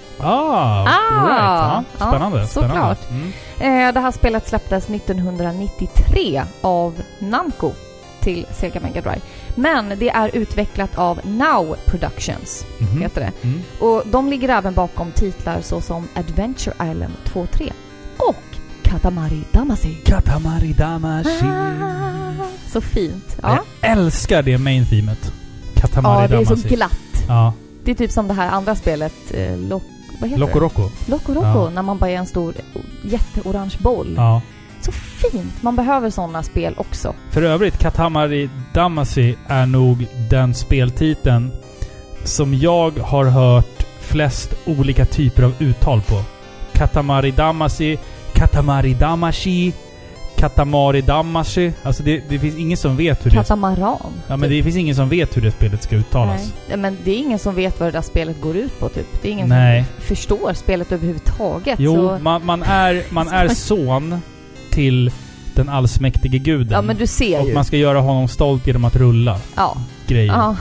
Ja, spännande. Såklart. Det här spelet släpptes 1993 av Namco till Sega Mega Drive. Men det är utvecklat av Now Productions, heter det. Och de ligger även bakom titlar såsom Adventure Island 2-3 och Katamari Damacy. Katamari Damacy. Så fint. Ja. Jag älskar det main-themet. Katamari Ja, det är Damacy. så glatt. Ja. Det är typ som det här andra spelet, vad heter Loco det? Roco. Loco Roco, Ja. när man bara är en stor jätteorange boll. Ja. Så fint. Man behöver sådana spel också. För övrigt, Katamari Damacy är nog den speltiteln som jag har hört flest olika typer av uttal på. Katamari Damacy, Katamari Damacy, Katamari Damacy. Alltså det finns ingen som vet hur Katamaran. Ja, men det finns ingen som vet hur det spelet ska uttalas. Nej, men det är ingen som vet vad det där spelet går ut på typ. Det är ingen Nej. som förstår spelet överhuvudtaget. Jo, så... man är son till den allsmäktige guden. Ja, men du ser och ju. man ska göra honom stolt genom att rulla Ja. grejer. Ja.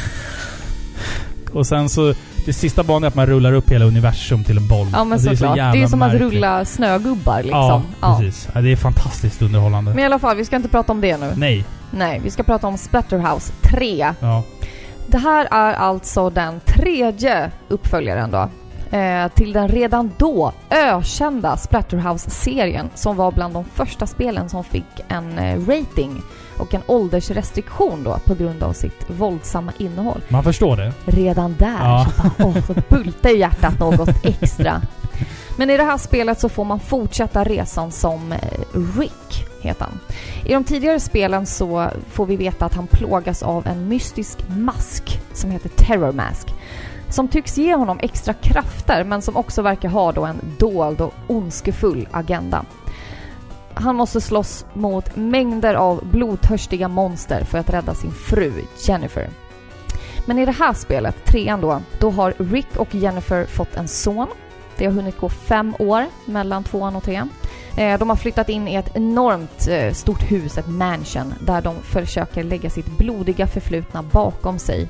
Och sen så, det sista banan är att man rullar upp hela universum till en boll. Ja, men alltså, såklart. Det är som att rulla snögubbar liksom. Ja, precis. Ja, det är fantastiskt underhållande. Men i alla fall, vi ska inte prata om det nu. Nej. Vi ska prata om Splatterhouse 3. Ja. Det här är alltså den 3:e uppföljaren då. Till den redan då ökända Splatterhouse-serien som var bland de första spelen som fick en rating och en åldersrestriktion då på grund av sitt våldsamma innehåll. Man förstår det. Redan där Ja. så bultar ju hjärtat något extra. Men i det här spelet så får man fortsätta resan som Rick, heter han. I de tidigare spelen så får vi veta att han plågas av en mystisk mask som heter Terror Mask, som tycks ge honom extra krafter men som också verkar ha då en dold och ondskefull agenda. Han måste slåss mot mängder av blodtörstiga monster för att rädda sin fru Jennifer. Men i det här spelet, 3:an då har Rick och Jennifer fått en son. Det har hunnit gå 5 år mellan 2:an och 3:an. De har flyttat in i ett enormt stort hus, ett mansion, där de försöker lägga sitt blodiga förflutna bakom sig.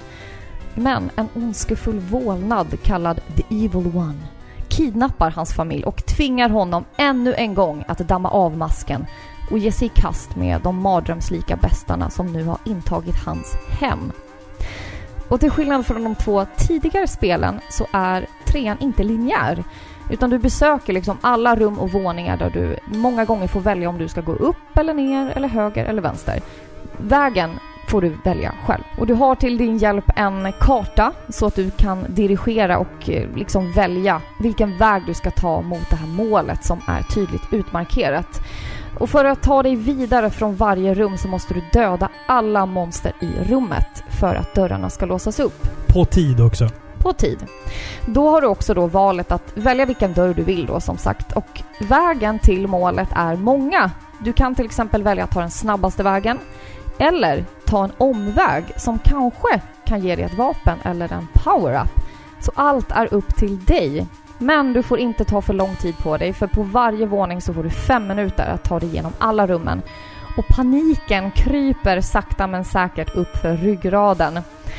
Men en ondskefull vålnad kallad The Evil One kidnappar hans familj och tvingar honom ännu en gång att damma av masken och ge sig i kast med de mardrömslika bestarna som nu har intagit hans hem. Och till skillnad från de 2 tidigare spelen så är 3:an inte linjär, utan du besöker liksom alla rum och våningar där du många gånger får välja om du ska gå upp eller ner eller höger eller vänster. Vägen får du välja själv. Och du har till din hjälp en karta så att du kan dirigera och liksom välja vilken väg du ska ta mot det här målet som är tydligt utmarkerat. Och för att ta dig vidare från varje rum så måste du döda alla monster i rummet för att dörrarna ska låsas upp. På tid också. På tid. Då har du också då valet att välja vilken dörr du vill då, som sagt. Och vägen till målet är många. Du kan till exempel välja att ta den snabbaste vägen eller ta en omväg som kanske kan ge dig ett vapen eller en power-up. Så allt är upp till dig. Men du får inte ta för lång tid på dig, för på varje våning så får du 5 minuter att ta dig igenom alla rummen. Och paniken kryper sakta men säkert upp för ryggraden.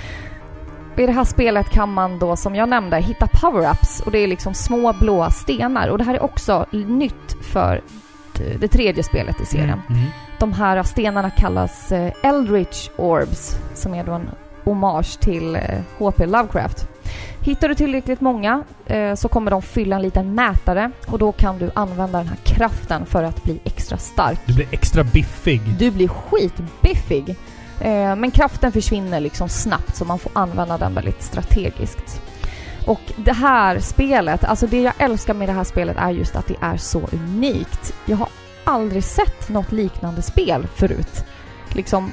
I det här spelet kan man då, som jag nämnde, hitta power-ups, och det är liksom små blåa stenar. Och det här är också nytt för det 3:e spelet i serien. De här stenarna kallas Eldritch Orbs, som är då en hommage till H.P. Lovecraft. Hittar du tillräckligt många så kommer de fylla en liten mätare, och då kan du använda den här kraften för att bli extra stark. Du blir extra biffig. Du blir skitbiffig. Men kraften försvinner liksom snabbt, så man får använda den väldigt strategiskt. Och det här spelet, alltså det jag älskar med det här spelet är just att det är så unikt. Jag har aldrig sett något liknande spel förut. Liksom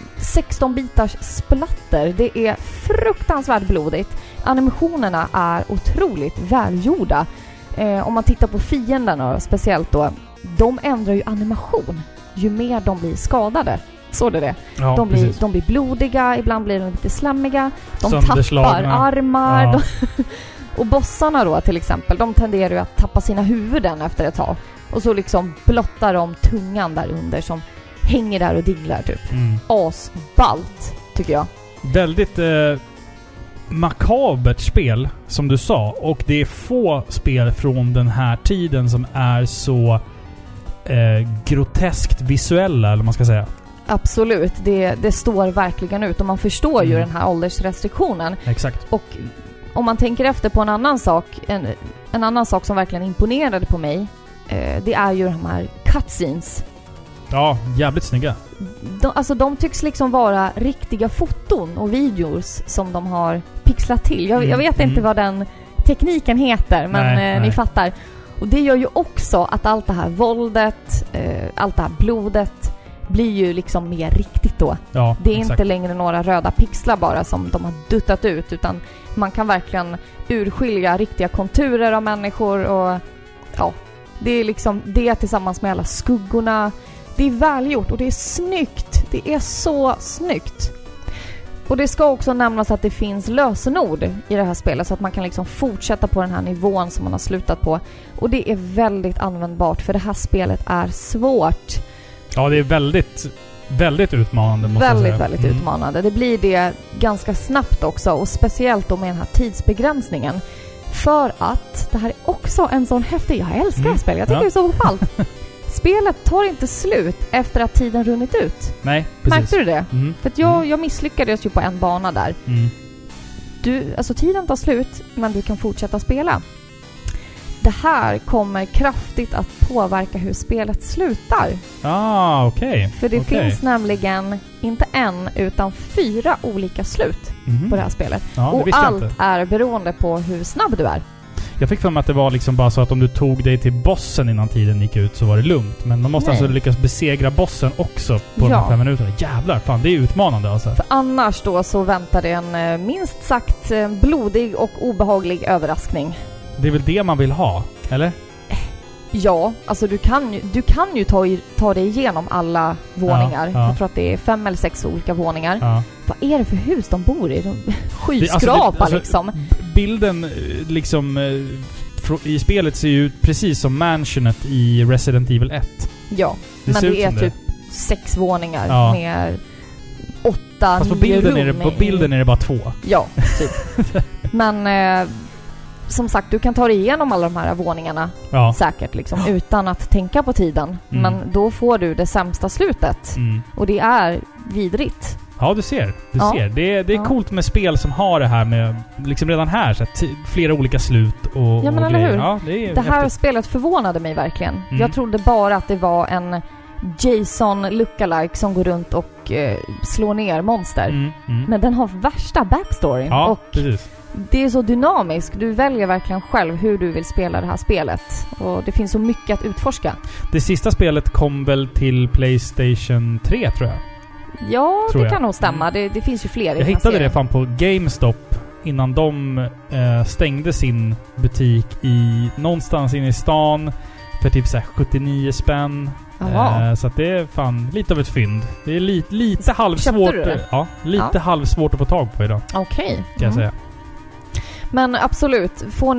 16-bitars splatter. Det är fruktansvärt blodigt. Animationerna är otroligt välgjorda. Om man tittar på fienderna speciellt då, de ändrar ju animation ju mer de blir skadade. Så det är det. Ja, De blir blodiga, ibland blir de lite slämmiga. De tappar Sönderslagna armar. Ja. Och bossarna då till exempel, de tenderar ju att tappa sina huvuden efter ett tag. Och så liksom blottar de tungan där under som hänger där och dinglar typ. Asballt, tycker jag. Väldigt makabert spel, som du sa. Och det är få spel från den här tiden som är så groteskt visuella, eller man ska säga. Absolut, det står verkligen ut, och man förstår ju den här åldersrestriktionen. Exakt. Och om man tänker efter på en annan sak, en annan sak som verkligen imponerade på mig det är ju de här cutscenes. Ja, jävligt snygga. De tycks liksom vara riktiga foton och videos som de har pixlat till. Jag vet inte vad den tekniken heter, men Nej. ni fattar. Och det gör ju också att allt det här våldet, allt det här blodet blir ju liksom mer riktigt då. Ja, det är exakt. inte längre några röda pixlar bara som de har duttat ut, utan man kan verkligen urskilja riktiga konturer av människor och ja, det är liksom det tillsammans med alla skuggorna. Det är välgjort och det är snyggt. Det är så snyggt. Och det ska också nämnas att det finns lösenord i det här spelet så att man kan liksom fortsätta på den här nivån som man har slutat på. Och det är väldigt användbart för det här spelet är svårt. Ja, det är väldigt, väldigt utmanande måste jag säga. Väldigt utmanande. Det blir det ganska snabbt också och speciellt då med den här tidsbegränsningen. För att det här är också en sån häftig... Jag älskar det här spelet. Jag tycker det är så ballt. Spelet tar inte slut efter att tiden runnit ut. Nej, precis. Märkte du det? För att jag misslyckades ju på en bana där. Alltså tiden tar slut, men du kan fortsätta spela. Det här kommer kraftigt att påverka hur spelet slutar. Okej. För det finns nämligen inte en, utan 4 olika slut på det här spelet. Ja, och allt är beroende på hur snabb du är. Jag fick för mig att det var liksom bara så att om du tog dig till bossen innan tiden gick ut så var det lugnt. Men man måste alltså lyckas besegra bossen också på de här 5 minuterna. Jävlar, fan det är utmanande alltså. För annars då så väntar det en minst sagt blodig och obehaglig överraskning. Det är väl det man vill ha, eller? Ja, alltså du kan ju ta dig igenom alla våningar. Ja. Jag tror att det är 5 eller 6 olika våningar. Ja. Vad är det för hus de bor i? Skyskrapa liksom. Bilden liksom i spelet ser ju ut precis som mansionet i Resident Evil 1. Ja, men det är typ 6 våningar med 8-9 Fast på bilden är det bara 2. Ja, typ. Men som sagt, du kan ta dig igenom alla de här våningarna säkert liksom, utan att tänka på tiden. Men då får du det sämsta slutet. Och det är vidrigt. Ja, du ser. Det är coolt med spel som har det här med liksom redan här så flera olika slut och men eller hur? Ja, det här spelet förvånade mig verkligen. Jag trodde bara att det var en Jason lookalike som går runt och slår ner monster. Men den har värsta backstoryn. Ja, och precis. det är så dynamiskt. Du väljer verkligen själv hur du vill spela det här spelet. Och det finns så mycket att utforska. Det sista spelet kom väl till PlayStation 3, tror jag. Ja, det kan nog stämma. Det finns ju fler. Jag hittade det fan på GameStop innan de stängde sin butik någonstans inne i stan för typ så här 79 spänn. Så att det är fan lite av ett fynd. Det är lite halvsvårt. Köpte du det? Ja, lite halvsvårt att få tag på idag. Okej. Kan jag säga. Men absolut, får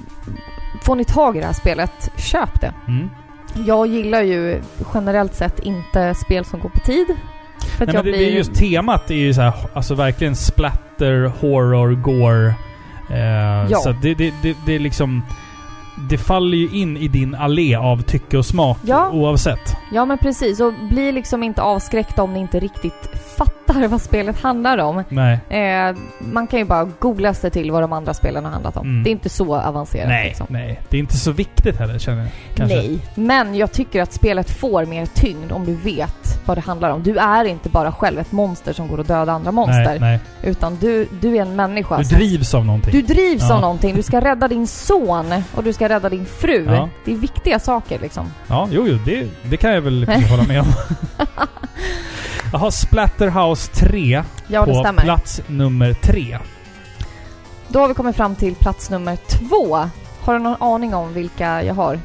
ni tag i det här spelet, köp det. Jag gillar ju generellt sett inte spel som går på tid. För att det är just temat är ju så här, alltså verkligen splatter, horror, gore. Så det är liksom... Det faller ju in i din allé av tycke och smak oavsett. Ja, men precis. Och bli liksom inte avskräckta om ni inte riktigt fattar vad spelet handlar om. Nej. Man kan ju bara googla sig till vad de andra spelen har handlat om. Det är inte så avancerat. Nej. Det är inte så viktigt heller, känner jag. Kanske. Nej, men jag tycker att spelet får mer tyngd om du vet vad det handlar om. Du är inte bara själv ett monster som går och dödar andra monster. Nej. Utan du är en människa. Du drivs av någonting. Du drivs av någonting. Du ska rädda din son och du ska rädda din fru. Ja. Det är viktiga saker liksom. Ja, det kan jag väl hålla med om. Jag har Splatterhouse 3 på plats nummer 3. Då har vi kommit fram till plats nummer 2. Har du någon aning om vilka jag har?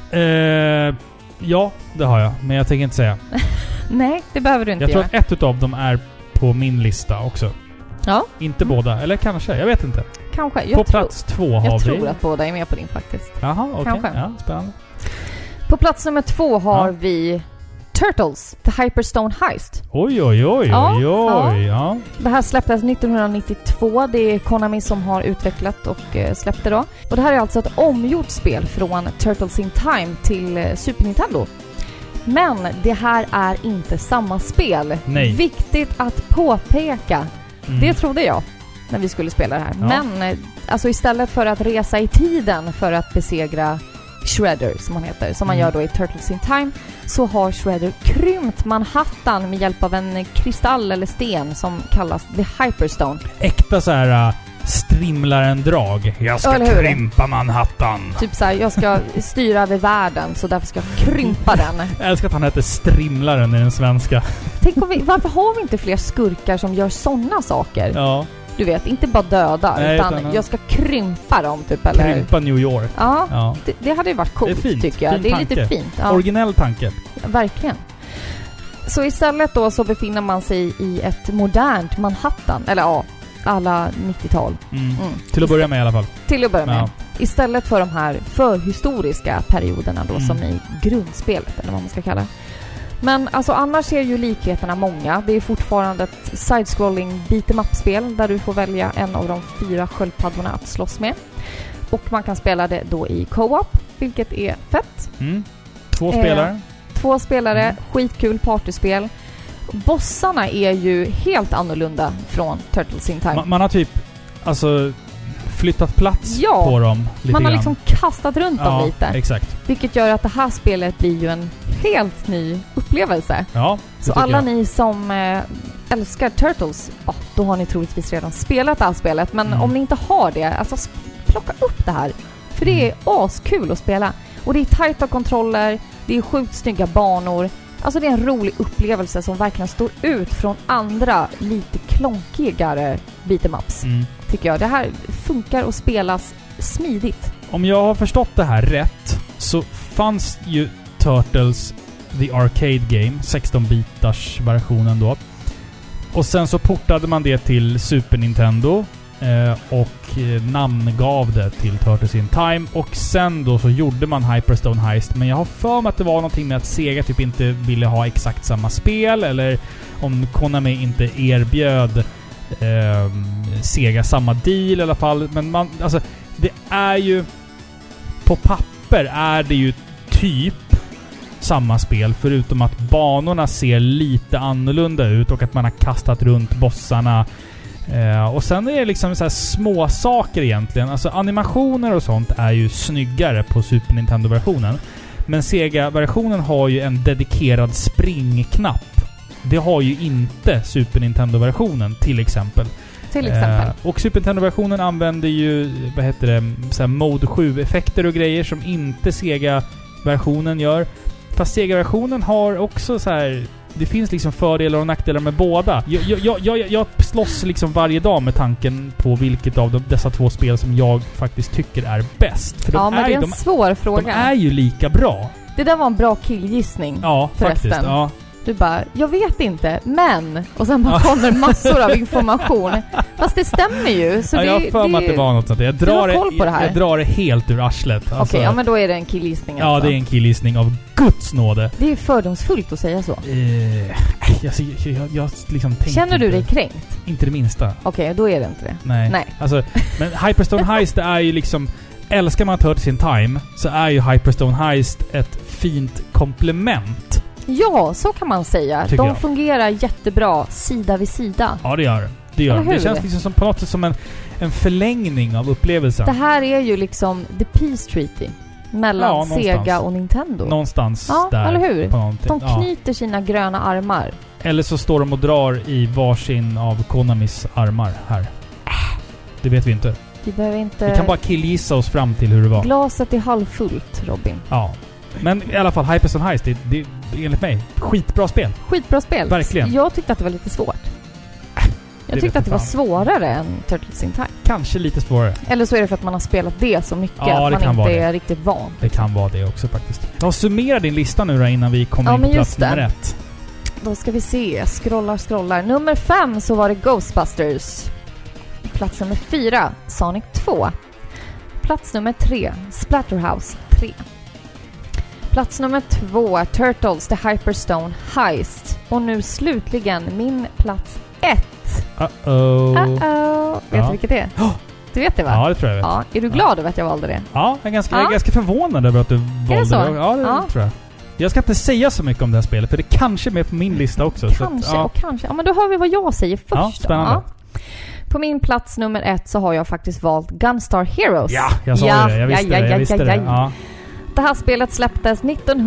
Ja, det har jag. Men jag tänker inte säga. Nej, det behöver du inte göra. göra. Jag tror att ett av dem är på min lista också. Ja. Inte båda. Eller kanske. Jag vet inte. Kanske. På plats 2 har vi... Jag tror att båda är med på din faktiskt. Jaha, okej. Kanske. Ja, spännande. På plats nummer 2 har vi Turtles, The Hyperstone Heist. Oj. Ja. Det här släpptes 1992. Det är Konami som har utvecklat och släppte då. Och det här är alltså ett omgjort spel från Turtles in Time till Super Nintendo. Men det här är inte samma spel. Nej. Viktigt att påpeka. Det trodde jag när vi skulle spela det här. Ja. Men alltså istället för att resa i tiden för att besegra Shredder som han heter, som man gör då i Turtles in Time, så har Shredder krympt Manhattan med hjälp av en kristall eller sten som kallas The Hyperstone. Äkta så här strimlaren-drag. Jag ska krympa Manhattan. Typ så här, jag ska styra över världen, så därför ska jag krympa den. Jag älskar att han heter Strimlaren i den svenska. Tänk om varför har vi inte fler skurkar som gör sådana saker? Ja. Du vet, inte bara döda, utan jag ska krympa dem typ, eller... Krympa New York. Ja. Det hade ju varit coolt, det är fint, tycker jag. Det är tanke. lite fint. Ja. Originell tanke. Ja, verkligen. Så istället då så befinner man sig i ett modernt Manhattan. Eller ja, alla 90-tal. Till att börja med i alla fall. Till att börja med. Ja. Istället för de här förhistoriska perioderna då, som i grundspelet, eller vad man ska kalla det. Men alltså annars är ju likheterna många. Det är fortfarande ett side-scrolling beat-em-up-spel där du får välja en av de 4 sköldpaddorna att slåss med. Och man kan spela det då i co-op, vilket är fett. 2 spelare. 2 spelare, skitkul partyspel. Bossarna är ju helt annorlunda från Turtles in Time. Man har typ alltså flyttat plats på dem lite man har grann. liksom kastat runt dem lite. Exakt. Vilket gör att det här spelet blir ju en helt ny upplevelse. Ja, så alla ni som älskar Turtles, då har ni troligtvis redan spelat det här spelet. Men om ni inte har det, alltså plocka upp det här. För det är askul att spela. Och det är tajta kontroller, det är sjukt snygga banor. Alltså det är en rolig upplevelse som verkligen står ut från andra lite klonkigare beat'em-ups. Tycker jag. Det här funkar och spelas smidigt. Om jag har förstått det här rätt så fanns ju Turtles The Arcade Game, 16-bitars versionen då. Och sen så portade man det till Super Nintendo och namngav det till Turtles in Time. Och sen då så gjorde man Hyperstone Heist. Men jag har för mig att det var någonting med att Sega typ inte ville ha exakt samma spel. Eller om Konami inte erbjöd Sega samma deal i alla fall. Men man, alltså, det är ju... På papper är det ju typ samma spel, förutom att banorna ser lite annorlunda ut och att man har kastat runt bossarna. Och sen är det liksom så här små saker egentligen. Alltså animationer och sånt är ju snyggare på Super Nintendo-versionen. Men Sega-versionen har ju en dedikerad springknapp. Det har ju inte Super Nintendo-versionen till exempel. Och Super Nintendo-versionen använder ju, vad heter det, så här Mode 7-effekter och grejer som inte Sega-versionen gör. Fast Sega-versionen har också så här... Det finns liksom fördelar och nackdelar med båda. Jag slåss liksom varje dag med tanken på vilket av dessa 2 spel som jag faktiskt tycker är bäst. För men det är en svår fråga. De är ju lika bra. Det där var en bra killgissning. Ja, förresten. Faktiskt. Ja. Du bara, jag vet inte, men... Och sen bara kommer massor av information. Fast det stämmer ju. Så jag har för mig att det var något sånt. Jag drar det helt ur arslet. Alltså, okej, men då är det en killgissning. Ja, det är en killgissning av Guds nåde. Det är fördomsfullt att säga så. Jag liksom tänkte... Känner du dig kränkt? Inte det minsta. Okej, då är det inte det. Nej. Alltså, men Hyperstone Heist är ju liksom... Älskar man Turtles in Time så är ju Hyperstone Heist ett fint komplement. Ja, så kan man säga. De fungerar jättebra sida vid sida. Ja, det gör det. Det känns liksom som, på något sätt som en förlängning av upplevelsen. Det här är ju liksom the peace treaty mellan Sega och Nintendo. Någonstans där. Eller hur? De knyter sina gröna armar. Eller så står de och drar i varsin av Konamis armar här. Det vet vi inte. Vi kan bara killgissa oss fram till hur det var. Glaset är halvfullt, Robin. Ja. Men i alla fall, Hyperstone Heist, det enligt mig, skitbra spel. Skitbra spel. Verkligen. Jag tyckte att det var lite svårt. Jag tyckte att det var svårare än Turtles in Time. Kanske lite svårare. Eller så är det för att man har spelat det så mycket att man inte är riktigt van. Det kan vara det också faktiskt. Jag summera din lista nu då innan vi kommer in på plats nummer 1. Då ska vi se. Scrollar. Nummer 5 så var det Ghostbusters. Plats nummer 4, Sonic 2. Plats nummer 3, Splatterhouse 3. Plats nummer 2, Turtles The Hyperstone Heist. Och nu slutligen min plats 1. Vet du vilket det är? Du vet det, va? Ja, det tror jag vet. Ja. Är du glad över att jag valde det? Ja, jag är ganska förvånad över att du valde det. Ja, det tror jag. Jag ska inte säga så mycket om det här spelet, för det kanske är med på min lista också. Kanske. Ja, men då hör vi vad jag säger först. Ja, spännande. Ja. På min plats nummer 1 så har jag faktiskt valt Gunstar Heroes. Ja, jag sa det. Jag visste det. Ja. Det här spelet släpptes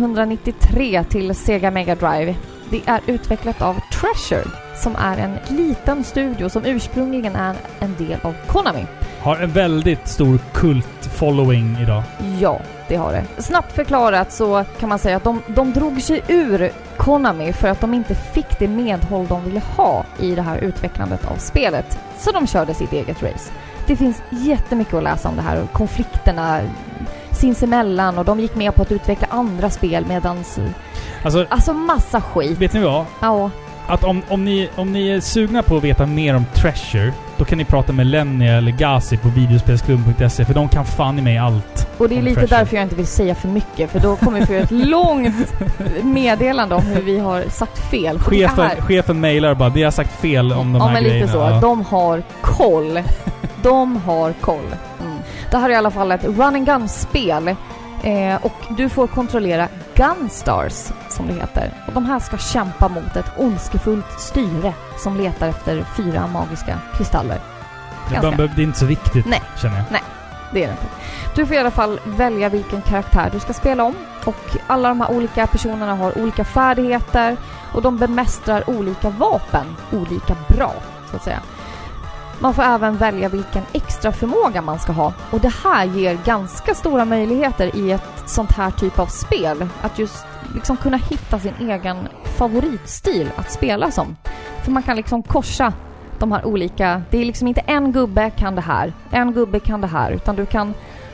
1993 till Sega Mega Drive. Det är utvecklat av Treasure, som är en liten studio som ursprungligen är en del av Konami. Har en väldigt stor kult-following idag. Ja, det har det. Snabbt förklarat så kan man säga att de drog sig ur Konami för att de inte fick det medhåll de ville ha i det här utvecklandet av spelet. Så de körde sitt eget race. Det finns jättemycket att läsa om det här och konflikterna sinsemellan, och de gick med på att utveckla andra spel medans... Alltså massa skit. Vet ni vad? Ja. Att om ni är sugna på att veta mer om Treasure, då kan ni prata med Lenny eller Gazi på videospelsklubben.se, för de kan fan i mig allt. Och det är lite Treasure. därför jag inte vill säga för mycket, för då kommer vi få ett långt meddelande om hur vi har sagt fel. Chefen mailar bara, det har sagt fel om de här men grejerna. lite så. Ja. De har koll. De har koll. Mm. Det här är i alla fall ett run and gun-spel. Och du får kontrollera Gunstars, som det heter. Och de här ska kämpa mot ett ondskefullt styre som letar efter 4 magiska kristaller. Det är inte så viktigt, känner jag. Nej, det är det inte. Du får i alla fall välja vilken karaktär du ska spela om. Och alla de här olika personerna har olika färdigheter. Och de bemästrar olika vapen olika bra, så att säga. Man får även välja vilken extra förmåga man ska ha. Och det här ger ganska stora möjligheter i ett sånt här typ av spel. Att just liksom kunna hitta sin egen favoritstil att spela som. För man kan liksom korsa de här olika... Det är liksom inte en gubbe kan det här, en gubbe kan det här. Utan du kan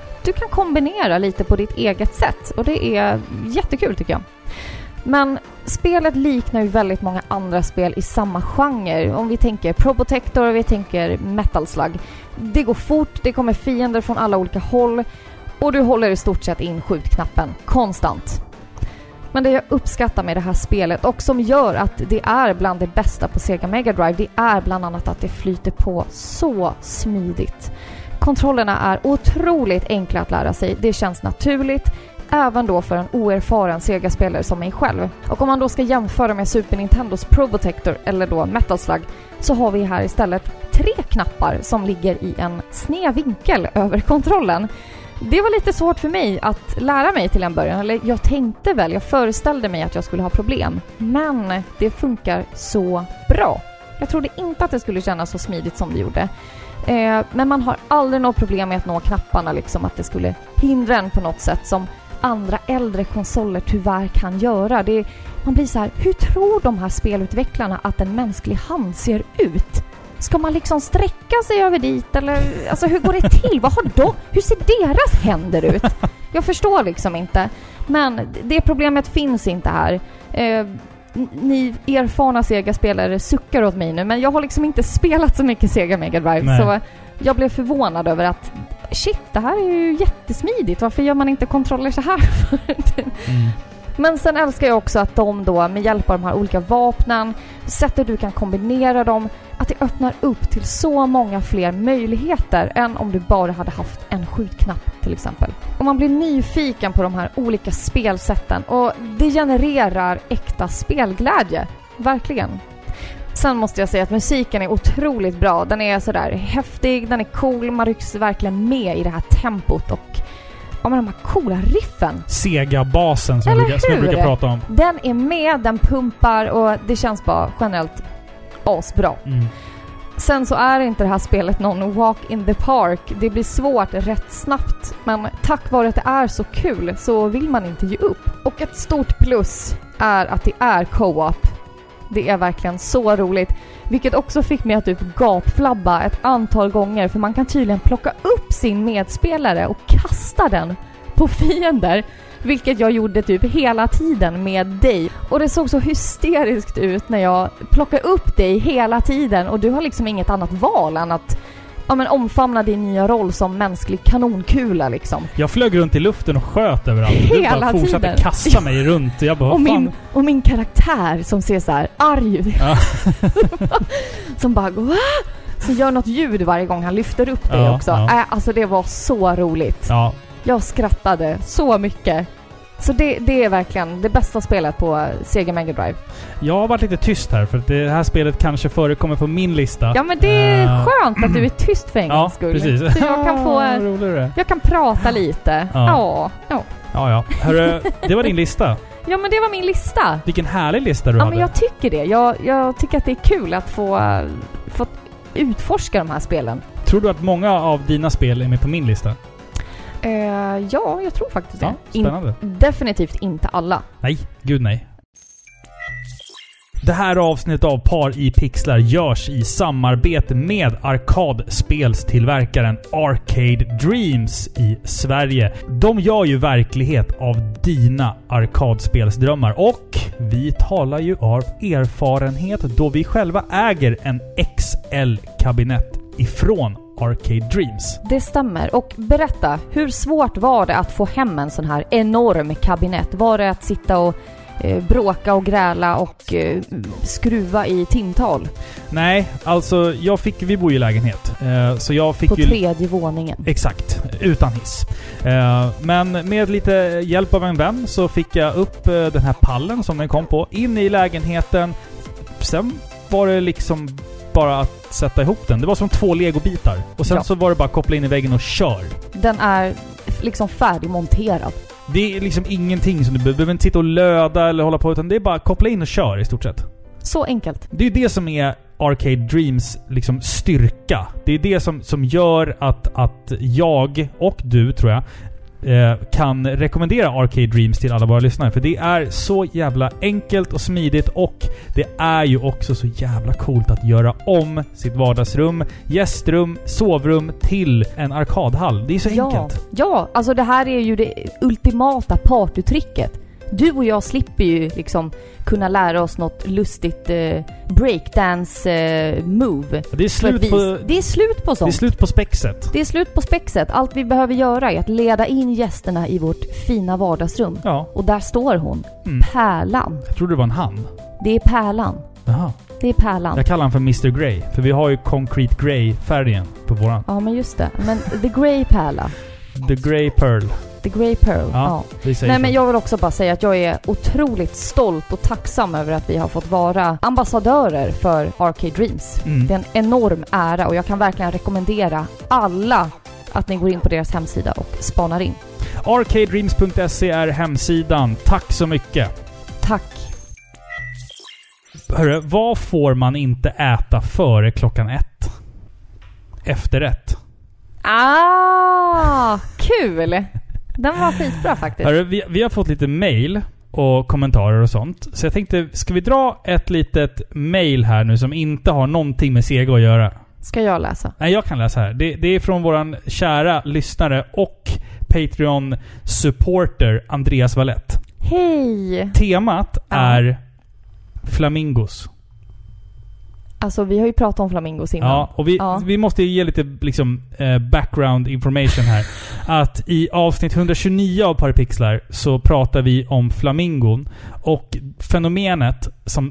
kombinera lite på ditt eget sätt. Och det är jättekul, tycker jag. Men spelet liknar ju väldigt många andra spel i samma genre. Om vi tänker Probotector och vi tänker Metal Slug. Det går fort, det kommer fiender från alla olika håll och du håller i stort sett in skjutknappen konstant. Men det jag uppskattar med det här spelet och som gör att det är bland det bästa på Sega Mega Drive, det är bland annat att det flyter på så smidigt. Kontrollerna är otroligt enkla att lära sig, det känns naturligt. Även då för en oerfaren Sega-spelare som mig själv. Och om man då ska jämföra med Super Nintendos Probotector eller då Metal Slug, så har vi här istället 3 knappar som ligger i en sned vinkel över kontrollen. Det var lite svårt för mig att lära mig till en början. Eller jag föreställde mig att jag skulle ha problem. Men det funkar så bra. Jag trodde inte att det skulle kännas så smidigt som det gjorde. Men man har aldrig något problem med att nå knapparna, liksom att det skulle hindra en på något sätt som andra äldre konsoler tyvärr kan göra. Man blir så här, hur tror de här spelutvecklarna att en mänsklig hand ser ut? Ska man liksom sträcka sig över dit? Eller, alltså hur går det till? Hur ser deras händer ut? Jag förstår liksom inte. Men det problemet finns inte här. Ni erfarna Sega-spelare suckar åt mig nu, men jag har liksom inte spelat så mycket Sega Mega Drive. Nej. Så jag blev förvånad över att shit, det här är ju jättesmidigt. Varför gör man inte kontroller så här? Men sen älskar jag också att de då med hjälp av de här olika vapnen, sättet du kan kombinera dem, att det öppnar upp till så många fler möjligheter än om du bara hade haft en skjutknapp till exempel. Och man blir nyfiken på de här olika spelsätten och det genererar äkta spelglädje. Verkligen. Sen måste jag säga att musiken är otroligt bra. Den är sådär häftig, den är cool, man rycks verkligen med i det här tempot och med de här coola riffen. Sega-basen som jag brukar prata om. Den är med, den pumpar och det känns bara generellt asbra. Sen så är inte det här spelet någon walk in the park. Det blir svårt rätt snabbt. Men tack vare att det är så kul så vill man inte ge upp. Och ett stort plus är att det är co-op. Det är verkligen så roligt. Vilket också fick mig att typ gapflabba ett antal gånger. För man kan tydligen plocka upp sin medspelare och kasta den på fiender. Vilket jag gjorde typ hela tiden med dig. Och det såg så hysteriskt ut när jag plockade upp dig hela tiden. Och du har liksom inget annat val än att omfamna din nya roll som mänsklig kanonkula liksom. Jag flög runt i luften och sköt överallt. Hela du bara fortsatte tiden kasta mig runt. Och jag bara, och min karaktär som ser så här arg ut. Ja. Som bara så gör något ljud varje gång han lyfter upp dig också. Ja. Alltså det var så roligt. Ja. Jag skrattade så mycket. Så det är verkligen det bästa spelet på Sega Mega Drive. Jag har varit lite tyst här för att det här spelet kanske förekommer på min lista. Ja, men det är skönt att du är tyst för en gångs skull. Precis. Så jag kan få jag kan prata lite. Ja. Ja. Hörru, det var din lista. Ja, men det var min lista. Vilken härlig lista du hade. Men jag tycker det. Jag tycker att det är kul att få utforska de här spelen. Tror du att många av dina spel är med på min lista? Ja, jag tror faktiskt det. Spännande. Definitivt inte alla. Nej, gud nej. Det här avsnittet av Par i pixlar görs i samarbete med arkadspelstillverkaren Arcade Dreams i Sverige. De gör ju verklighet av dina arkadspelsdrömmar och vi talar ju av erfarenhet då vi själva äger en XL-kabinett ifrån Arcade Dreams. Det stämmer. Och berätta, hur svårt var det att få hem en sån här enorm kabinett? Var det att sitta och bråka och gräla och skruva i timtal? Nej, alltså vi bor i lägenhet. Så jag fick på 3:e våningen. Exakt, utan hiss. Men med lite hjälp av en vän så fick jag upp den här pallen som den kom på in i lägenheten. Sen var det liksom bara att sätta ihop den. Det var som 2 legobitar. Och sen så var det bara att koppla in i väggen och kör. Den är liksom färdigmonterad. Det är liksom ingenting som du behöver inte sitta och löda eller hålla på, utan det är bara att koppla in och kör i stort sett. Så enkelt. Det är det som är Arcade Dreams liksom styrka. Det är det som gör att jag och du, tror jag, kan rekommendera Arcade Dreams till alla våra lyssnare. För det är så jävla enkelt och smidigt, och det är ju också så jävla coolt att göra om sitt vardagsrum, gästrum, sovrum till en arkadhall. Det är så enkelt. Ja, alltså det här är ju det ultimata partytricket. Du och jag slipper ju liksom kunna lära oss något lustigt breakdance move. Det är slut på det är slut på sånt. Det är slut på spexet. Det är slut på spexet. Allt vi behöver göra är att leda in gästerna i vårt fina vardagsrum. Ja. Och där står hon. Pärlan. Jag trodde det var en han. Det är Pärlan. Jaha. Det är Pärlan. Jag kallar han för Mr. Grey. För vi har ju Concrete Grey-färgen på våran. Ja, men just det. Men The Grey Pärla. The Grey Pearl. The Grey Pearl. Ja. Nej, men jag vill också bara säga att jag är otroligt stolt och tacksam över att vi har fått vara ambassadörer för Arcade Dreams. Det är en enorm ära och jag kan verkligen rekommendera alla att ni går in på deras hemsida och spanar in. Arcadedreams.se är hemsidan. Tack så mycket. Tack. Hörru, vad får man inte äta före 1:00? Efterrätt. Kul! Den var skitbra faktiskt. Hörru, vi har fått lite mail och kommentarer och sånt. Så jag tänkte, ska vi dra ett litet mail här nu som inte har någonting med Sega att göra? Ska jag läsa? Nej, jag kan läsa här. Det är från våran kära lyssnare och Patreon-supporter Andreas Wallett. Hej! Temat är flamingos. Alltså, vi har ju pratat om flamingos innan. Ja, och vi måste ge lite liksom, background information här. Att i avsnitt 129 av Parapixlar så pratar vi om flamingon. Och fenomenet som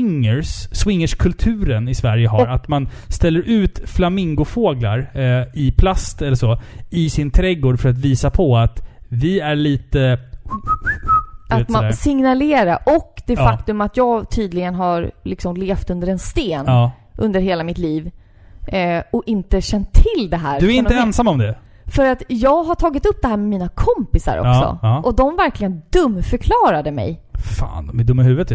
swingerskulturen i Sverige har. Att man ställer ut flamingofåglar i plast eller så i sin trädgård för att visa på att vi är lite... Att man signalerar, och det faktum att jag tydligen har liksom levt under en sten under hela mitt liv och inte känt till det här. Du är inte ensam om det. För att jag har tagit upp det här med mina kompisar också. Och de verkligen dumförklarade mig. Fan, de är dumma i huvudet ju.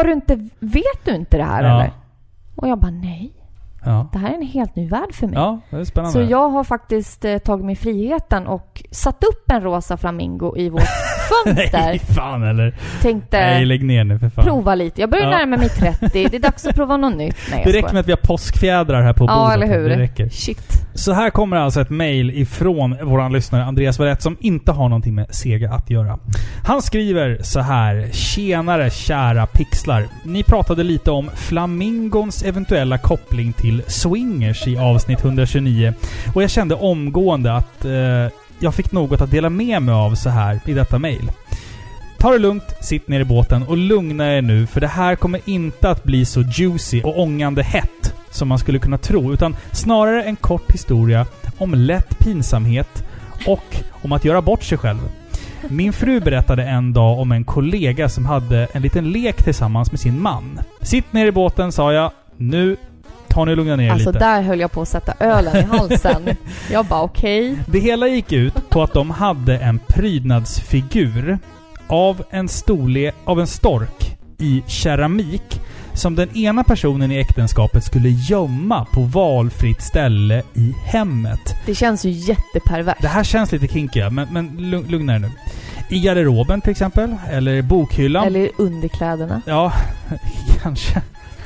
Vet du inte det här eller? Och jag bara, nej. Ja. Det här är en helt ny värld för mig. Ja, det är spännande. Så jag har faktiskt tagit mig friheten och satt upp en rosa flamingo i vårt fönster. Nej, fan eller? Tänkte, lägg ner nu för fan. Prova lite. Jag börjar närma mig 30. Det är dags att prova något nytt. Nej, det räcker med att vi har påskfjädrar här på bordet. Ja, eller hur? Det räcker. Shit. Så här kommer alltså ett mail ifrån våran lyssnare Andreas Wallett som inte har någonting med Sega att göra. Han skriver så här: tjenare kära pixlar. Ni pratade lite om flamingons eventuella koppling till swingers i avsnitt 129. Och jag kände omgående att jag fick något att dela med mig av så här i detta mail. Ta det lugnt, sitt ner i båten och lugna er nu, för det här kommer inte att bli så juicy och ångande hett som man skulle kunna tro, utan snarare en kort historia om lätt pinsamhet och om att göra bort sig själv. Min fru berättade en dag om en kollega som hade en liten lek tillsammans med sin man. Sitt ner i båten, sa jag. Nu tar ni och lugna ner Alltså lite. där höll jag på att sätta ölen i halsen. Jag bara okej. Det hela gick ut på att de hade en prydnadsfigur av en stork i keramik som den ena personen i äktenskapet skulle gömma på valfritt ställe i hemmet. Det känns ju jättepervert. Det här känns lite kinkiga, men lugna er nu. I garderoben till exempel, eller bokhyllan. Eller underkläderna. Ja, kanske.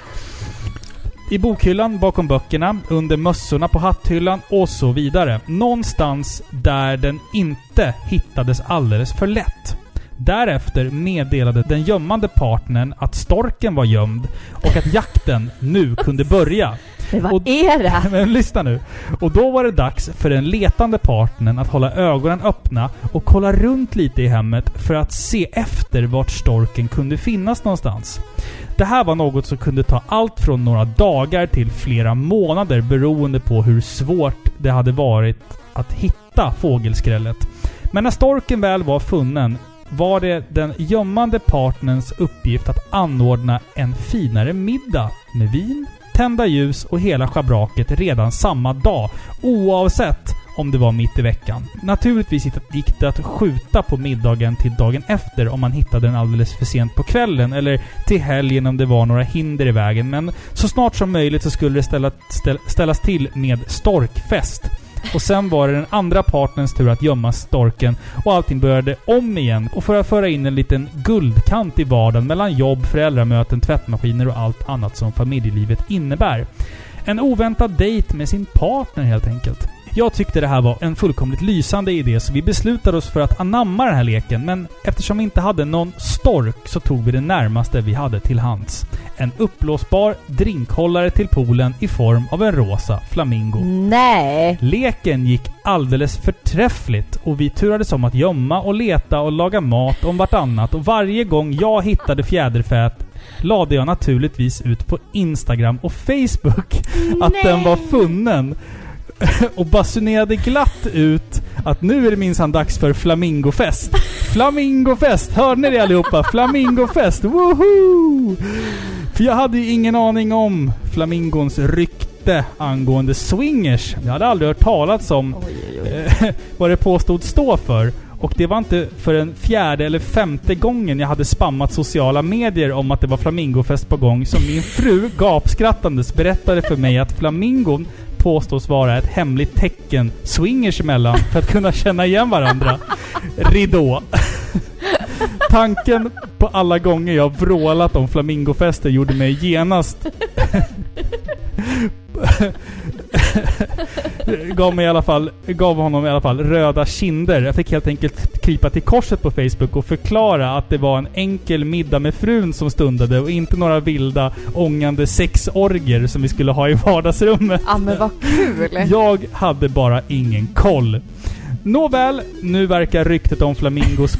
I bokhyllan, bakom böckerna, under mössorna på hatthyllan och så vidare. Någonstans där den inte hittades alldeles för lätt. Därefter meddelade den gömmande partnern att storken var gömd och att jakten nu kunde börja. Men vad är det? Men lyssna nu. Och då var det dags för den letande partnern att hålla ögonen öppna och kolla runt lite i hemmet för att se efter vart storken kunde finnas någonstans. Det här var något som kunde ta allt från några dagar till flera månader beroende på hur svårt det hade varit att hitta fågelskrället. Men när storken väl var funnen var det den gömmande partnerns uppgift att anordna en finare middag med vin, tända ljus och hela schabraket redan samma dag, oavsett om det var mitt i veckan. Naturligtvis gick det att skjuta på middagen till dagen efter om man hittade den alldeles för sent på kvällen, eller till helgen om det var några hinder i vägen, men så snart som möjligt så skulle det ställas till med storkfest. Och sen var det den andra partners tur att gömma storken och allting började om igen. Och för att föra in en liten guldkant i vardagen mellan jobb, föräldramöten, tvättmaskiner och allt annat som familjelivet innebär. En oväntad dejt med sin partner helt enkelt. Jag tyckte det här var en fullkomligt lysande idé, så vi beslutade oss för att anamma den här leken, men eftersom vi inte hade någon stork så tog vi det närmaste vi hade till hands. En uppblåsbar drinkhållare till poolen i form av en rosa flamingo. Nej! Leken gick alldeles förträffligt och vi turades om att gömma och leta och laga mat om vartannat, och varje gång jag hittade fjäderfät lade jag naturligtvis ut på Instagram och Facebook att den var funnen. Och basunerade glatt ut att nu är det minsann dags för flamingofest. Flamingofest! Hörde ni det allihopa? Flamingofest! Woohoo! För jag hade ju ingen aning om flamingons rykte angående swingers. Jag hade aldrig hört talats om vad det påstod stå för. Och det var inte för den 4:e eller 5:e gången jag hade spammat sociala medier om att det var flamingofest på gång som min fru gapskrattandes berättade för mig att flamingon påstås vara ett hemligt tecken swingers emellan för att kunna känna igen varandra. Ridå. Tanken på alla gånger jag vrålat om flamingofester gjorde mig genast gav honom i alla fall röda kinder. Jag fick helt enkelt krypa till korset på Facebook och förklara att det var en enkel middag med frun som stundade och inte några vilda ångande sexorger som vi skulle ha i vardagsrummet. Ja, men vad kul! Jag hade bara ingen koll. Nåväl, nu verkar ryktet om flamingos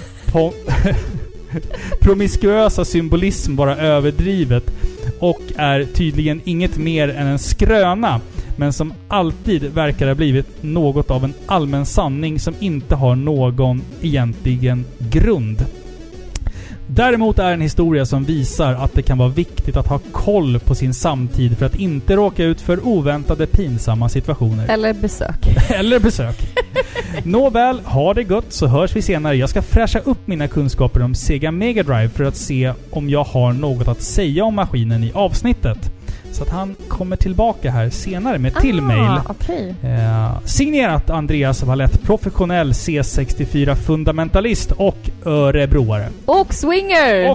promiskuösa symbolism vara överdrivet och är tydligen inget mer än en skröna, men som alltid verkar ha blivit något av en allmän sanning som inte har någon egentligen grund. Däremot är en historia som visar att det kan vara viktigt att ha koll på sin samtid för att inte råka ut för oväntade pinsamma situationer. Eller besök. Nåväl, ha det gott så hörs vi senare. Jag ska fräscha upp mina kunskaper om Sega Mega Drive för att se om jag har något att säga om maskinen i avsnittet. Så att han kommer tillbaka här senare med till mail. Okay. Signerat Andreas Wallett, professionell C64 fundamentalist och örebroare. Och swinger!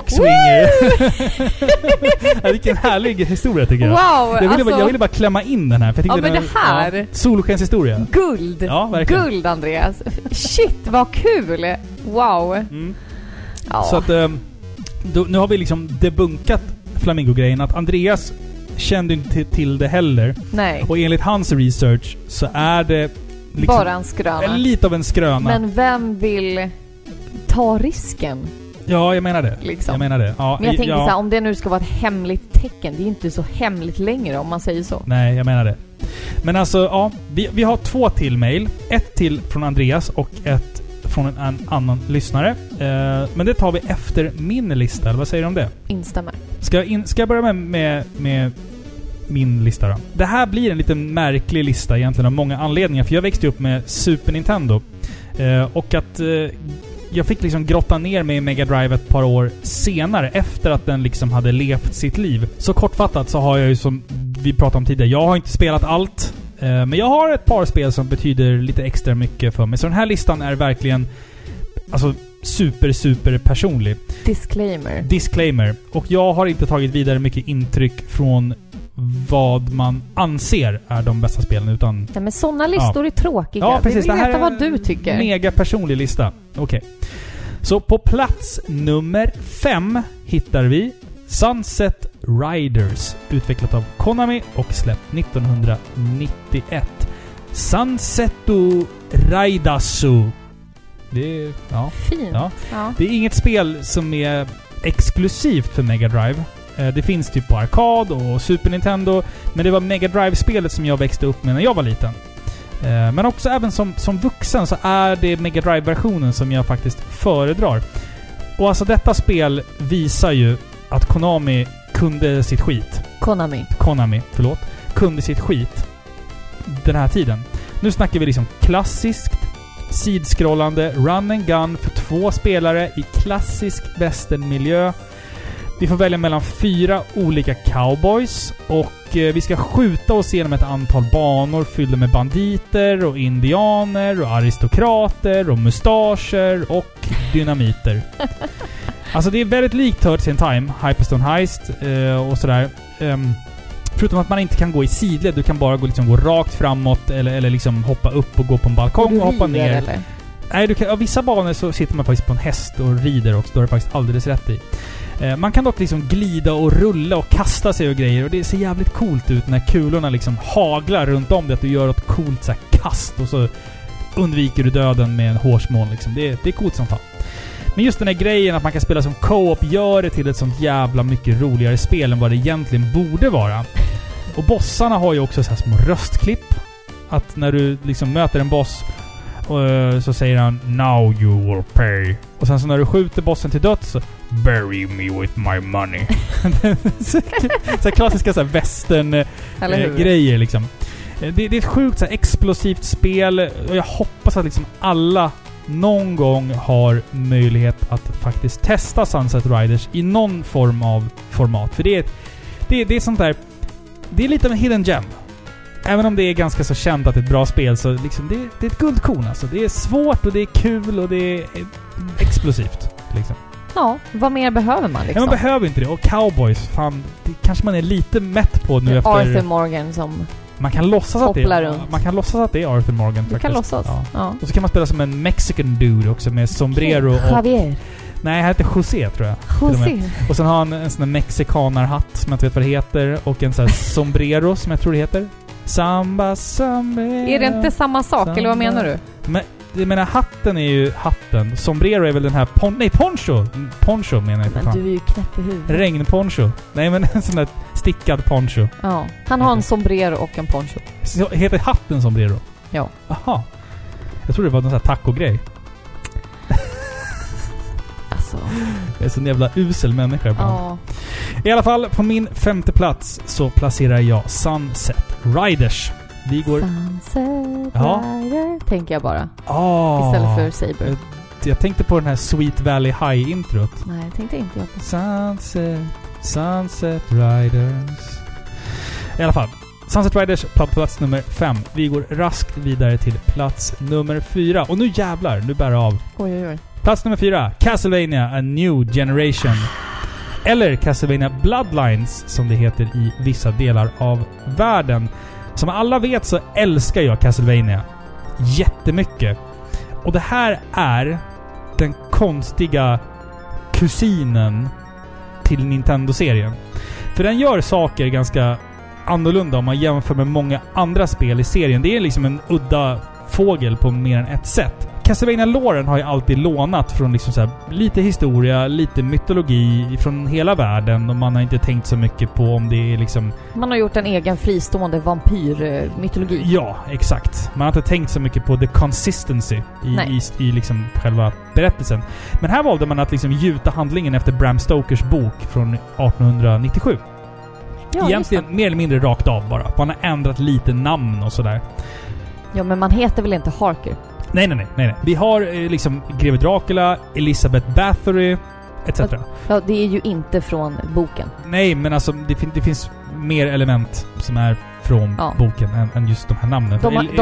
Vilken härlig historia tycker jag. Wow! Jag ville bara klämma in den här. För jag men det här... solskenshistoria. Guld! Ja, verkligen. Guld, Andreas. Shit, vad kul! Wow. Mm. Ja. Så att nu har vi liksom debunkat flamingo-grejen. Att Andreas kände inte till det heller. Nej. Och enligt hans research så är det liksom bara en skröna. Lite av en skröna. Men vem vill ta risken? Ja, jag menar det. Liksom. Jag menar det. Ja, men jag tänker så här, om det nu ska vara ett hemligt tecken, det är inte så hemligt längre om man säger så. Nej, jag menar det. Men alltså, ja, vi har 2 till mail. Ett till från Andreas och ett från en annan lyssnare. Men det tar vi efter min lista. Eller vad säger du om det? Instämmer. Ska jag börja med min lista då. Det här blir en lite märklig lista egentligen av många anledningar. För jag växte upp med Super Nintendo. Och att jag fick liksom grotta ner mig i Mega Drive ett par år senare efter att den liksom hade levt sitt liv. Så kortfattat så har jag ju, som vi pratade om tidigare, jag har inte spelat allt. Men jag har ett par spel som betyder lite extra mycket för mig. Så den här listan är verkligen alltså super personlig. Disclaimer. Och jag har inte tagit vidare mycket intryck från vad man anser är de bästa spelen, utan... Ja, men sådana listor är tråkiga. Ja, precis. Vi vill veta vad du tycker. Mega personlig lista. Okej. Så på plats nummer 5 hittar vi Sunset Riders, utvecklat av Konami och släppt 1991. Sunsetu Raidasu. Det är... Ja. Fint. Ja. Ja. Det är inget spel som är exklusivt för Mega Drive. Det finns typ på Arcade och Super Nintendo, men det var Mega Drive-spelet som jag växte upp med när jag var liten. Men också även som vuxen så är det Mega Drive-versionen som jag faktiskt föredrar. Och alltså detta spel visar ju att Konami kunde sitt skit. Konami, förlåt. Kunde sitt skit den här tiden. Nu snackar vi liksom klassiskt sidskrollande run and gun för 2 spelare i klassisk västernmiljö. Vi får välja mellan 4 olika cowboys och vi ska skjuta oss igenom ett antal banor fyllda med banditer och indianer och aristokrater och mustascher och dynamiter. Alltså det är väldigt likt Turtles in Time, Hyperstone Heist och sådär. Förutom att man inte kan gå i sidled, du kan bara gå rakt framåt eller liksom hoppa upp och gå på en balkong och hoppa ner. Eller? Nej, du kan, av vissa banor så sitter man faktiskt på en häst och rider och står det faktiskt alldeles rätt i. Man kan dock liksom glida och rulla och kasta sig och grejer, och det ser jävligt coolt ut när kulorna liksom haglar runt om det, att du gör ett coolt så här kast och så undviker du döden med en hårsmån liksom. Det är coolt som fan. Men just den här grejen att man kan spela som co-op gör det till ett sånt jävla mycket roligare spel än vad det egentligen borde vara. Och bossarna har ju också så här små röstklipp. Att när du liksom möter en boss så säger han "Now you will pay". Och sen så när du skjuter bossen till döds så "Bury me with my money". Så klassiska så här western grejer liksom. Det är ett sjukt så här explosivt spel, och jag hoppas att liksom alla någon gång har möjlighet att faktiskt testa Sunset Riders i någon form av format. För det är sånt där, det är lite av en hidden gem. Även om det är ganska så känt att det är ett bra spel, så liksom det är ett guldkorn alltså. Det är svårt och det är kul och det är explosivt liksom. Ja, vad mer behöver man liksom? Ja, man behöver inte det. Och cowboys, fan, det kanske man är lite mätt på nu efter... Arthur Morgan som... Man kan låtsas att det är Arthur Morgan faktiskt. Du kan låtsas. Ja. Och så kan man spela som en Mexican dude också med sombrero och... Javier. Nej, han heter José tror jag. José. Och sen har han en sån där mexikanarhatt som jag inte vet vad det heter, och en sån här sombrero som jag tror det heter. Samba sombrero. Är det inte samma sak, samba, eller vad menar du? Men jag menar, hatten är ju hatten. Sombrero är väl den här poncho. Poncho menar jag. Men du är ju knäpp i huvudet. Regnponcho. Nej, men en sån där stickad poncho. Ja, han har en sombrero och en poncho. Så heter hatten sombrero? Ja. Aha. Jag tror det var någon sån här taco-grej. Alltså. Jag är så en jävla usel människa ibland. Ja. I alla fall, på min 5:e plats så placerar jag Sunset Riders. Vi går... Sunset Rider, tänker jag bara. Istället för Saber. Jag tänkte på den här Sweet Valley High-introt. Nej, det tänkte inte jag på. Sunset Riders. I alla fall, Sunset Riders på plats nummer 5. Vi går raskt vidare till plats nummer 4. Och nu jävlar, nu bär det av. Oj. Plats nummer 4. Castlevania A New Generation. Eller Castlevania Bloodlines som det heter i vissa delar av världen. Som alla vet så älskar jag Castlevania jättemycket. Och det här är den konstiga kusinen till Nintendo-serien. För den gör saker ganska annorlunda om man jämför med många andra spel i serien. Det är liksom en udda fågel på mer än ett sätt. Castlevania-låren har ju alltid lånat från liksom så här lite historia, lite mytologi från hela världen, och man har inte tänkt så mycket på om det är liksom... Man har gjort en egen fristående vampyrmytologi. Ja, exakt. Man har inte tänkt så mycket på the consistency i liksom själva berättelsen. Men här valde man att liksom gjuta handlingen efter Bram Stokers bok från 1897. Ja, egentligen mer eller mindre rakt av bara. Man har ändrat lite namn och sådär. Ja, men man heter väl inte Harker? Nej. Vi har liksom Greve Dracula, Elizabeth Bathory, etc. Ja, det är ju inte från boken. Nej, men alltså det finns mer element som är från boken än just de här namnen.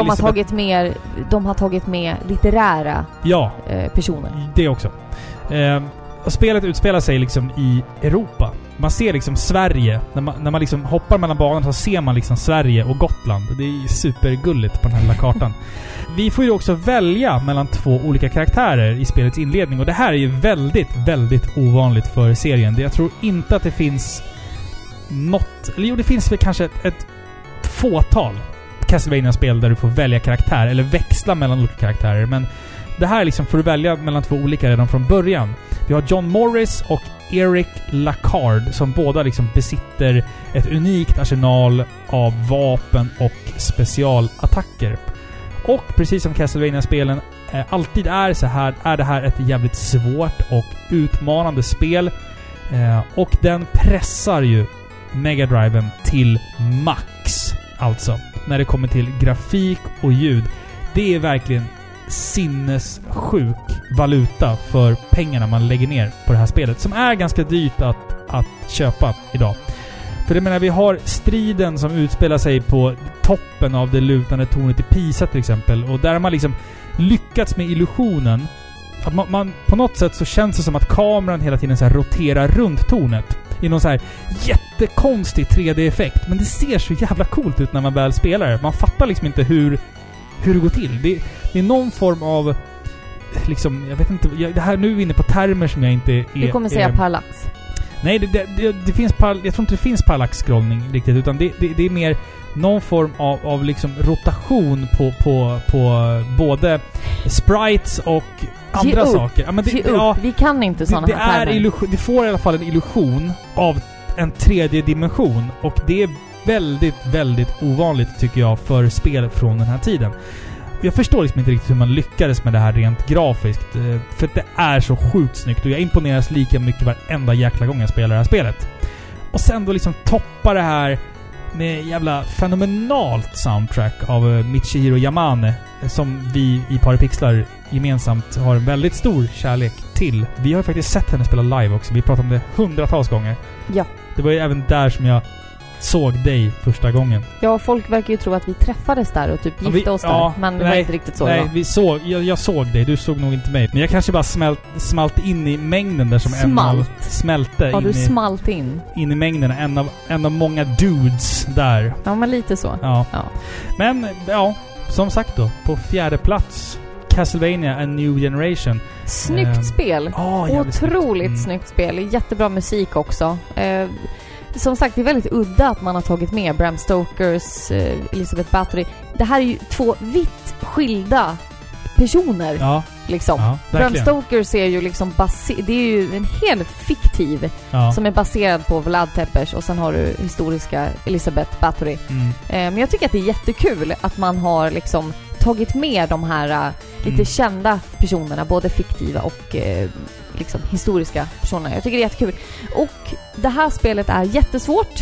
De har tagit med litterära personer. Det också. Och spelet utspelar sig liksom i Europa. Man ser liksom Sverige. När man liksom hoppar mellan banorna så ser man liksom Sverige och Gotland. Det är supergulligt på den här lilla kartan. Vi får ju också välja mellan 2 olika karaktärer i spelets inledning. Och det här är ju väldigt, väldigt ovanligt för serien. Jag tror inte att det finns något... Eller jo, det finns väl kanske ett fåtal Castlevania-spel där du får välja karaktär. Eller växla mellan olika karaktärer. Men det här liksom får du välja mellan 2 olika redan från början. Vi har John Morris och Eric Lacard som båda liksom besitter ett unikt arsenal av vapen och specialattacker. Och precis som Castlevania-spelen alltid är så här, är det här ett jävligt svårt och utmanande spel. Och den pressar ju Mega Driven till max. Alltså, när det kommer till grafik och ljud. Det är verkligen sinnessjuk valuta för pengarna man lägger ner på det här spelet. Som är ganska dyrt att köpa idag. För det menar, vi har striden som utspelar sig på toppen av det lutande tornet i Pisa till exempel. Och där har man liksom lyckats med illusionen att man på något sätt så känns det som att kameran hela tiden så här roterar runt tornet i någon så här jättekonstig 3D-effekt. Men det ser så jävla coolt ut när man väl spelar det. Man fattar liksom inte hur det går till. Det är någon form av liksom, jag vet inte, det här nu är vi inne på termer som jag inte är... Du kommer säga parallax. Nej, det finns jag tror inte det finns parallax-scrollning riktigt, utan det är mer någon form av liksom rotation på både sprites och andra saker. Ja, men vi kan inte sådana här termer. Det får i alla fall en illusion av en 3D-dimension, och det är väldigt, väldigt ovanligt tycker jag för spel från den här tiden. Jag förstår liksom inte riktigt hur man lyckades med det här rent grafiskt. För att det är så sjukt snyggt och jag imponeras lika mycket varenda jäkla gång jag spelar det här spelet. Och sen då liksom toppa det här med jävla fenomenalt soundtrack av Michihiro Yamane, som vi i Paripixlar gemensamt har en väldigt stor kärlek till. Vi har ju faktiskt sett henne spela live också. Vi pratat om det hundratals gånger. Ja. Det var ju även där som jag såg dig första gången. Ja, folk verkar ju tro att vi träffades där och typ gifte oss där. Men det var inte riktigt så. Nej, jag såg dig. Du såg nog inte mig. Men jag kanske bara smalt in i mängden där som smälte. Ja, du smalt in i mängden. En av många dudes där. Ja, men lite så. Ja. Men, som sagt då. På 4:e plats, Castlevania A New Generation. Snyggt spel. Otroligt snyggt spel. Jättebra musik också. Som sagt, det är väldigt udda att man har tagit med Bram Stokers, Elizabeth Bathory. Det här är ju 2 vitt skilda personer. Ja. Liksom. Ja, Bram Stokers är ju liksom det är ju en hel fiktiv som är baserad på Vlad Tepes, och sen har du historiska Elizabeth Bathory. Men jag tycker att det är jättekul att man har liksom tagit med de här lite kända personerna, både fiktiva och liksom historiska personer. Jag tycker det är jättekul. Och det här spelet är jättesvårt.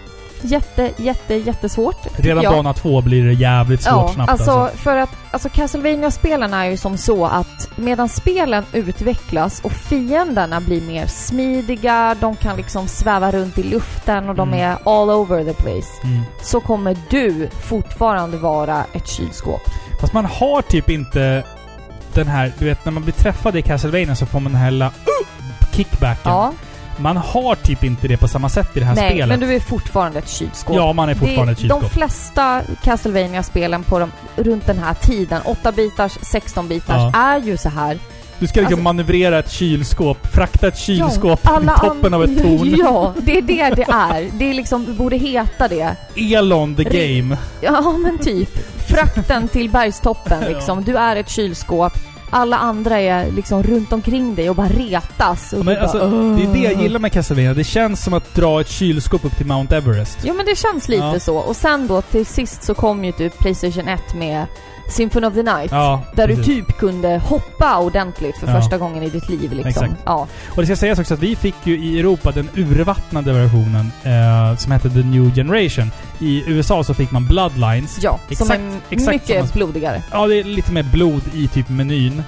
Jättesvårt. Redan bana 2 blir det jävligt svårt snabbt. Alltså. För att Castlevania-spelen är ju som så att medan spelen utvecklas och fienderna blir mer smidiga, de kan liksom sväva runt i luften och de är all over the place, så kommer du fortfarande vara ett kylskåp. Fast man har typ inte den här, du vet, när man blir träffad i Castlevania så får man den här kickbacken. Ja. Man har typ inte det på samma sätt i det här spelet. Nej, men du är fortfarande ett kylskåp. Ja, man är fortfarande ett kylskåp. De flesta Castlevania-spelen runt den här tiden, 8-bitars, 16-bitars, är ju så här. Du ska liksom manövrera ett kylskåp, frakta ett kylskåp i toppen av ett torn. Ja, det är det är. Det är liksom, det borde heta det. Elon the game. Ja, men typ. Frakten till bergstoppen liksom. Du är ett kylskåp. alla andra är liksom runt omkring dig och bara retas. Och Men bara, alltså, det är det jag gillar med Castlevania. Det känns som att dra ett kylskåp upp till Mount Everest. Ja, men det känns lite så. Och sen då till sist så kom ju typ PlayStation 1 med Symphony of the Night. Ja, där precis. du typ kunde hoppa ordentligt för första gången i ditt liv liksom. Exakt. Ja. Och det ska sägas också att vi fick ju i Europa den urvattnade versionen som hette The New Generation. I USA så fick man Bloodlines. Ja, exakt, som är exakt mycket samma. blodigare. Ja, det är lite mer blod i typ menyn.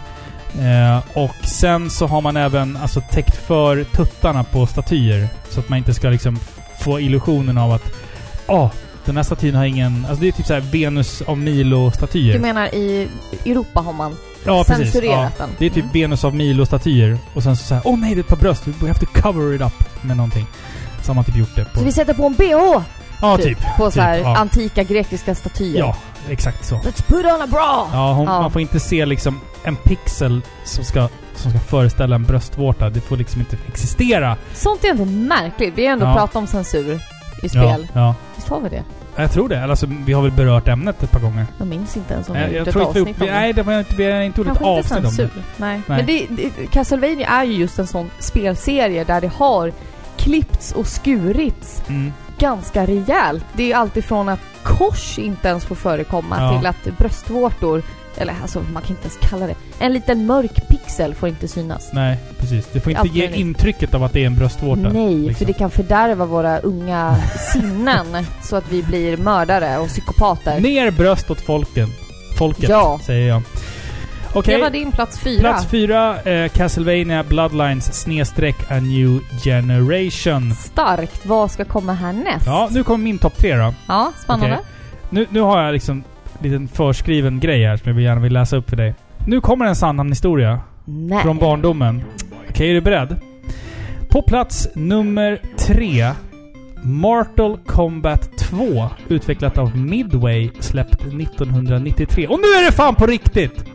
Och sen så har man även alltså täckt för tuttarna på statyer. Så att man inte ska liksom få illusionen av att den här statyn har ingen... Alltså det är typ såhär Venus av Milo-statyer. Du menar i Europa har man precis. censurerat den? Det är typ Venus av Milo-statyer. Och sen så såhär, nej det är ett par bröst. We have to cover it up med någonting. Så har man typ gjort det på... Så vi sätter på en BH? Ja, typ. På så här ja. antika grekiska statyer. Ja, exakt så. Let's put on a bra! Ja, man får inte se liksom en pixel som ska föreställa en bröstvårta. Det får liksom inte existera. Sånt är ändå märkligt. Vi har ändå pratat om censur i spel. Ja. Visst har vi det? Jag tror det. Alltså, vi har väl berört ämnet ett par gånger. Jag minns inte ens om vi Jag har gjort ett tror avsnitt om det. Nej, vi har inte gjort ett avsnitt om det. Nej. Men Castlevania är ju just en sån spelserie där det har klippts och skurits ganska rejält. Det är alltid från att kors inte ens får förekomma till att bröstvårtor, eller alltså man kan inte ens kalla det, en liten mörk pixel får inte synas. Nej, precis. Det får inte ge intrycket av att det är en bröstvårta. Nej, liksom. för det kan fördärva våra unga sinnen så att vi blir mördare och psykopater. Mer bröst åt folket, säger jag. Okay. Det var din plats 4. Plats 4, Castlevania Bloodlines / A New Generation. Starkt. Vad ska komma härnäst? Ja, nu kommer min topp 3 då. Ja, spännande. Okay. Nu har jag liksom en liten förskriven grej här som jag gärna vill läsa upp för dig. Nu kommer en sann historia från barndomen. Okej, är du beredd? På plats nummer 3, Mortal Kombat 2, utvecklat av Midway, släppt 1993. Och nu är det fan på riktigt!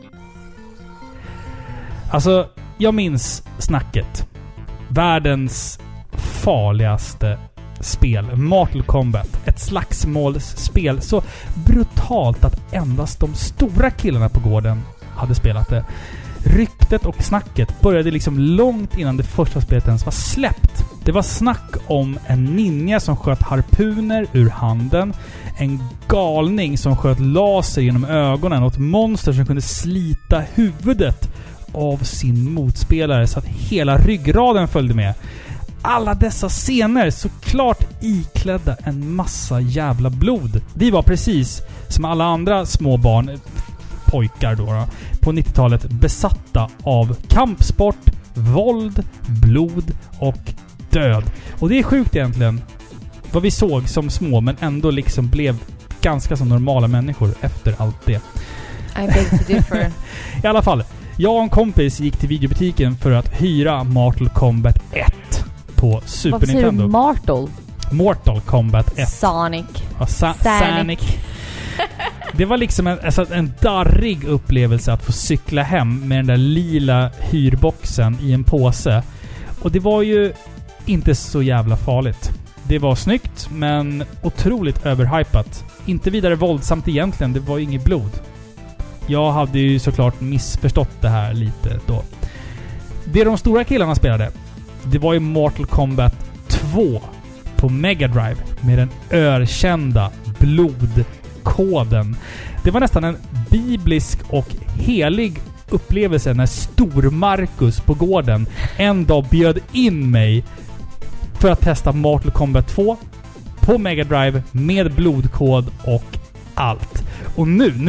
Alltså, jag minns snacket. Världens farligaste spel. Mortal Kombat. Ett slagsmålsspel. Så brutalt att endast de stora killarna på gården hade spelat det. Ryktet och snacket började liksom långt innan det första spelet ens var släppt. Det var snack om en ninja som sköt harpuner ur handen, en galning som sköt laser genom ögonen och ett monster som kunde slita huvudet av sin motspelare så att hela ryggraden följde med. Alla dessa scener såklart iklädda en massa jävla blod. Vi var precis som alla andra små barn, pojkar då, på 90-talet besatta av kampsport, våld, blod och död. Och det är sjukt egentligen vad vi såg som små men ändå liksom blev ganska som normala människor efter allt det. I beg to differ. I alla fall, jag och en kompis gick till videobutiken för att hyra Mortal Kombat 1 på Super Varför Nintendo. Varför säger du Mortal Kombat 1. Sonic. Ja, Sonic. Det var liksom en darrig upplevelse att få cykla hem med den där lila hyrboxen i en påse. Och det var ju inte så jävla farligt. Det var snyggt, men otroligt överhypat. Inte vidare våldsamt egentligen, det var inget blod. Jag hade ju såklart missförstått det här lite då. Det de stora killarna spelade, det var ju Mortal Kombat 2 på Mega Drive med den ökända blodkoden. Det var nästan en biblisk och helig upplevelse när Stor Marcus på gården en dag bjöd in mig för att testa Mortal Kombat 2 på Mega Drive med blodkod och allt. Och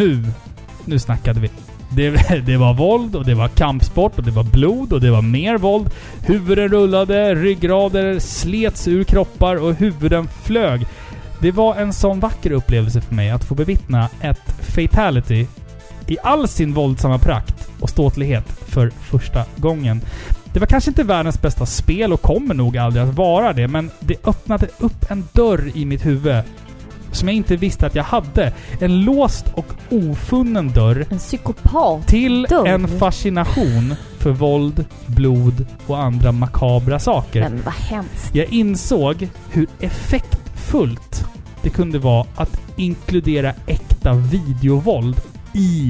nu snackade vi. Det var våld och det var kampsport och det var blod och det var mer våld. Huvuden rullade, ryggrader slets ur kroppar och huvuden flög. Det var en sån vacker upplevelse för mig att få bevittna ett fatality i all sin våldsamma prakt och ståtlighet för första gången. Det var kanske inte världens bästa spel och kommer nog aldrig att vara det, men det öppnade upp en dörr i mitt huvud som jag inte visste att jag hade. En låst och ofunnen dörr. En psykopat. Till en fascination för våld, blod och andra makabra saker. Men vad hemskt. Jag insåg hur effektfullt det kunde vara att inkludera äkta videovåld i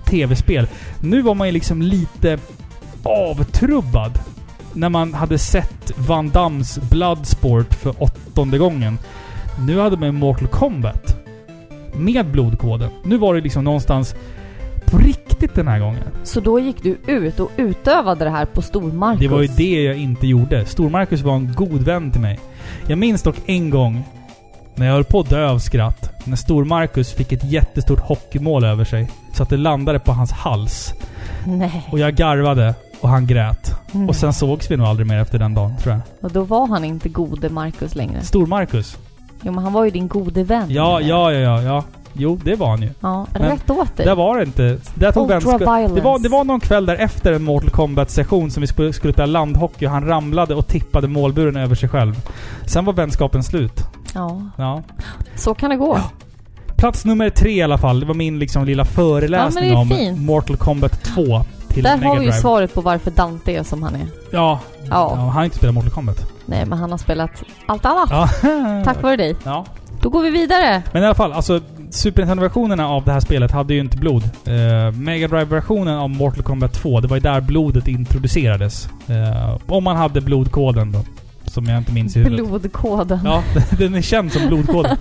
tv-spel. Nu var man ju liksom lite avtrubbad när man hade sett Van Dammes Bloodsport för 8:e gången. Nu hade man Mortal Kombat med blodkoden. Nu var det liksom någonstans på riktigt den här gången. Så då gick du ut och utövade det här på Stor-Marcus? Det var ju det jag inte gjorde. Stor-Marcus var en god vän till mig. Jag minns dock en gång när jag höll på att dö av skratt. När Stor-Marcus fick ett jättestort hockeymål över sig. Så att det landade på hans hals. Nej. Och jag garvade och han grät. Och sen sågs vi nog aldrig mer efter den dagen, tror jag. Och då var han inte gode Marcus längre? Stor-Marcus? Jo, men han var ju din gode vän. Ja. Jo, det var han ju. Ja, rätt åt dig. Det var det inte. Det var någon kväll där efter en Mortal Kombat-session som vi skulle spela landhockey och han ramlade och tippade målburen över sig själv. Sen var vänskapen slut. Ja. Så kan det gå. Ja. Plats nummer 3 i alla fall. Det var min liksom lilla föreläsning om Mortal Kombat 2 till där Mega har vi ju Drive. svaret på varför Dante är som han är. Ja, han har inte spelat Mortal Kombat. Nej, men han har spelat allt annat. Ja. Tack vare dig. Ja. Då går vi vidare. Men i alla fall, alltså Super Nintendo-versionerna av det här spelet hade ju inte blod. Mega Drive-versionen av Mortal Kombat 2, det var ju där blodet introducerades. Om man hade blodkoden då. Som jag inte minns i huvudet. Blodkoden. Ja, den är känd som blodkoden.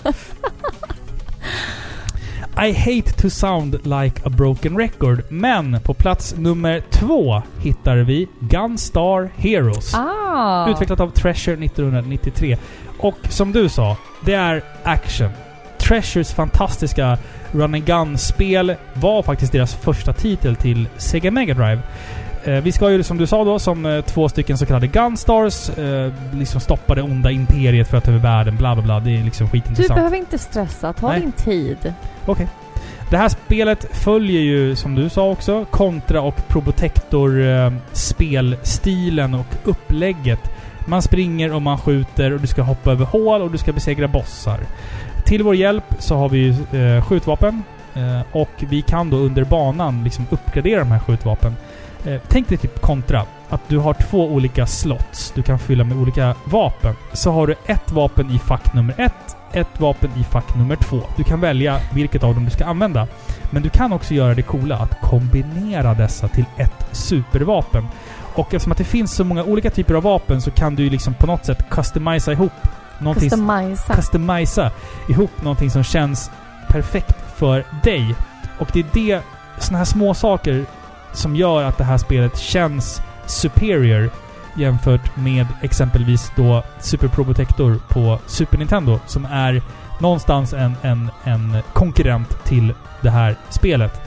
I hate to sound like a broken record. Men på plats nummer 2 hittar vi Gunstar Heroes. Utvecklat av Treasure 1993. Och som du sa, det är action. Treasures fantastiska run-and-gun-spel var faktiskt deras första titel till Sega Mega Drive. Vi ska ju, som du sa då, som 2 stycken så kallade Gunstars liksom stoppa det onda imperiet för att ta över världen, bla bla bla. Det är liksom skitintressant. Du behöver inte stressa, ta din tid. Okej. Det här spelet följer ju, som du sa också, Contra och Probotector spelstilen och upplägget. Man springer och man skjuter och du ska hoppa över hål och du ska besegra bossar. Till vår hjälp så har vi skjutvapen och vi kan då under banan liksom uppgradera de här skjutvapen. Tänk dig typ Contra, att du har 2 olika slots du kan fylla med olika vapen. Så har du ett vapen i fack nummer 1, ett vapen i fack nummer 2. Du kan välja vilket av dem du ska använda. Men du kan också göra det coola att kombinera dessa till ett supervapen. Och eftersom att det finns så många olika typer av vapen så kan du ju liksom på något sätt customisa ihop någonting. Customisa ihop någonting som känns perfekt för dig. Och det är det, såna här små saker som gör att det här spelet känns superior jämfört med exempelvis då Super Probotector på Super Nintendo som är någonstans en konkurrent till det här spelet.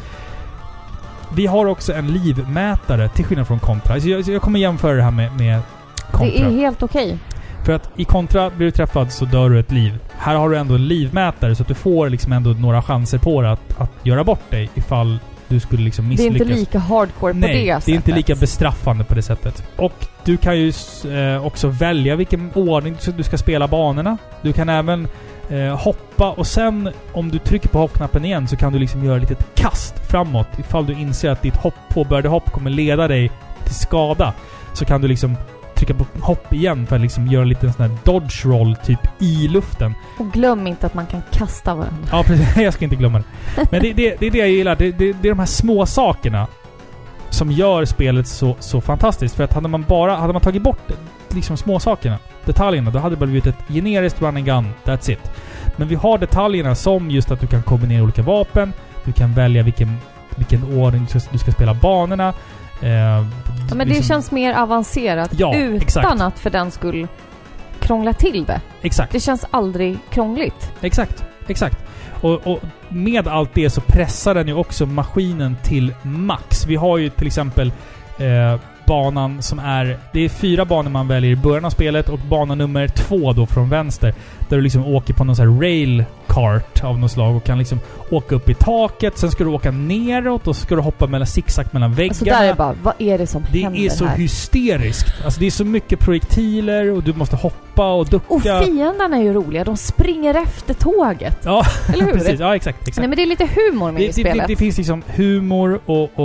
Vi har också en livmätare till skillnad från Contra. Så jag kommer jämföra det här med Contra. Det är helt okej. För att i Contra blir du träffad så dör du ett liv. Här har du ändå en livmätare så att du får liksom ändå några chanser på det att göra bort dig ifall du skulle liksom misslyckas. Det är inte lika hardcore på det sättet. Nej, det är inte lika bestraffande på det sättet. Och du kan ju också välja vilken ordning du ska spela banorna. Du kan även hoppa och sen om du trycker på hoppknappen igen så kan du liksom göra ett litet kast framåt. Ifall du inser att ditt påbörjade hopp kommer leda dig till skada så kan du liksom trycka på hopp igen för att liksom göra lite en sån här dodge roll typ i luften. Och glöm inte att man kan kasta varandra. Ja, precis. Jag ska inte glömma det. Men det är det jag gillar. Det är de här små sakerna som gör spelet så fantastiskt. För att hade man tagit bort liksom små sakerna, detaljerna, då hade det bara blivit ett generiskt run and gun. That's it. Men vi har detaljerna som just att du kan kombinera olika vapen. Du kan välja vilken ordning du ska spela banorna. Men det liksom känns mer avancerat utan exakt. Att för den skull krångla till det. Exakt. Det känns aldrig krångligt. Exakt. Och med allt det så pressar den ju också maskinen till max. Vi har ju till exempel banan som är... Det är 4 banor man väljer i början av spelet och bana nummer 2 då från vänster. Där du liksom åker på någon sån här rail kart av något slag och kan liksom åka upp i taket. Sen ska du åka neråt och så ska du hoppa mellan zigzag mellan väggarna. Alltså där är bara, vad är det som händer här? Det är så hysteriskt. Alltså det är så mycket projektiler och du måste hoppa och ducka. Och fiendarna är ju roliga. De springer efter tåget. Ja, eller hur? Precis. Ja, exakt. Nej, men det är lite humor med i spelet. Det finns liksom humor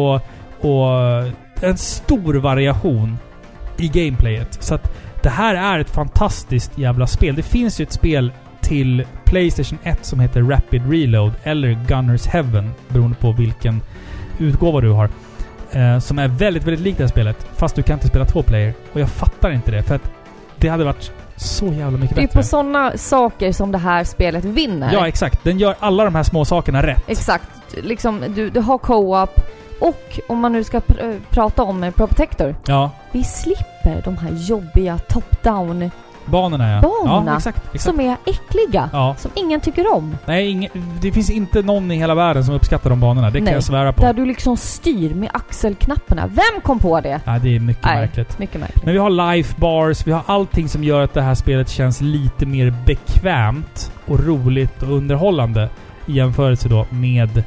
och en stor variation i gameplayet. Så att det här är ett fantastiskt jävla spel. Det finns ju ett spel till PlayStation 1 som heter Rapid Reload eller Gunner's Heaven beroende på vilken utgåva du har. Som är väldigt, väldigt likt det här spelet. Fast du kan inte spela 2-player. Och jag fattar inte det. För att det hade varit så jävla mycket bättre. Det är på sådana saker som det här spelet vinner. Ja, exakt. Den gör alla de här små sakerna rätt. Exakt. Liksom, du har co-op. Och om man nu ska prata om Protector. Ja. Vi slipper de här jobbiga top-down banorna, ja. Banorna, ja, exakt. som är äckliga. Ja. Som ingen tycker om. Nej, det finns inte någon i hela världen som uppskattar de banorna. Det kan jag svära på. Där du liksom styr med axelknapparna. Vem kom på det? Ja, det är mycket märkligt. Mycket märkligt. Men vi har life bars, vi har allting som gör att det här spelet känns lite mer bekvämt och roligt och underhållande i jämförelse då med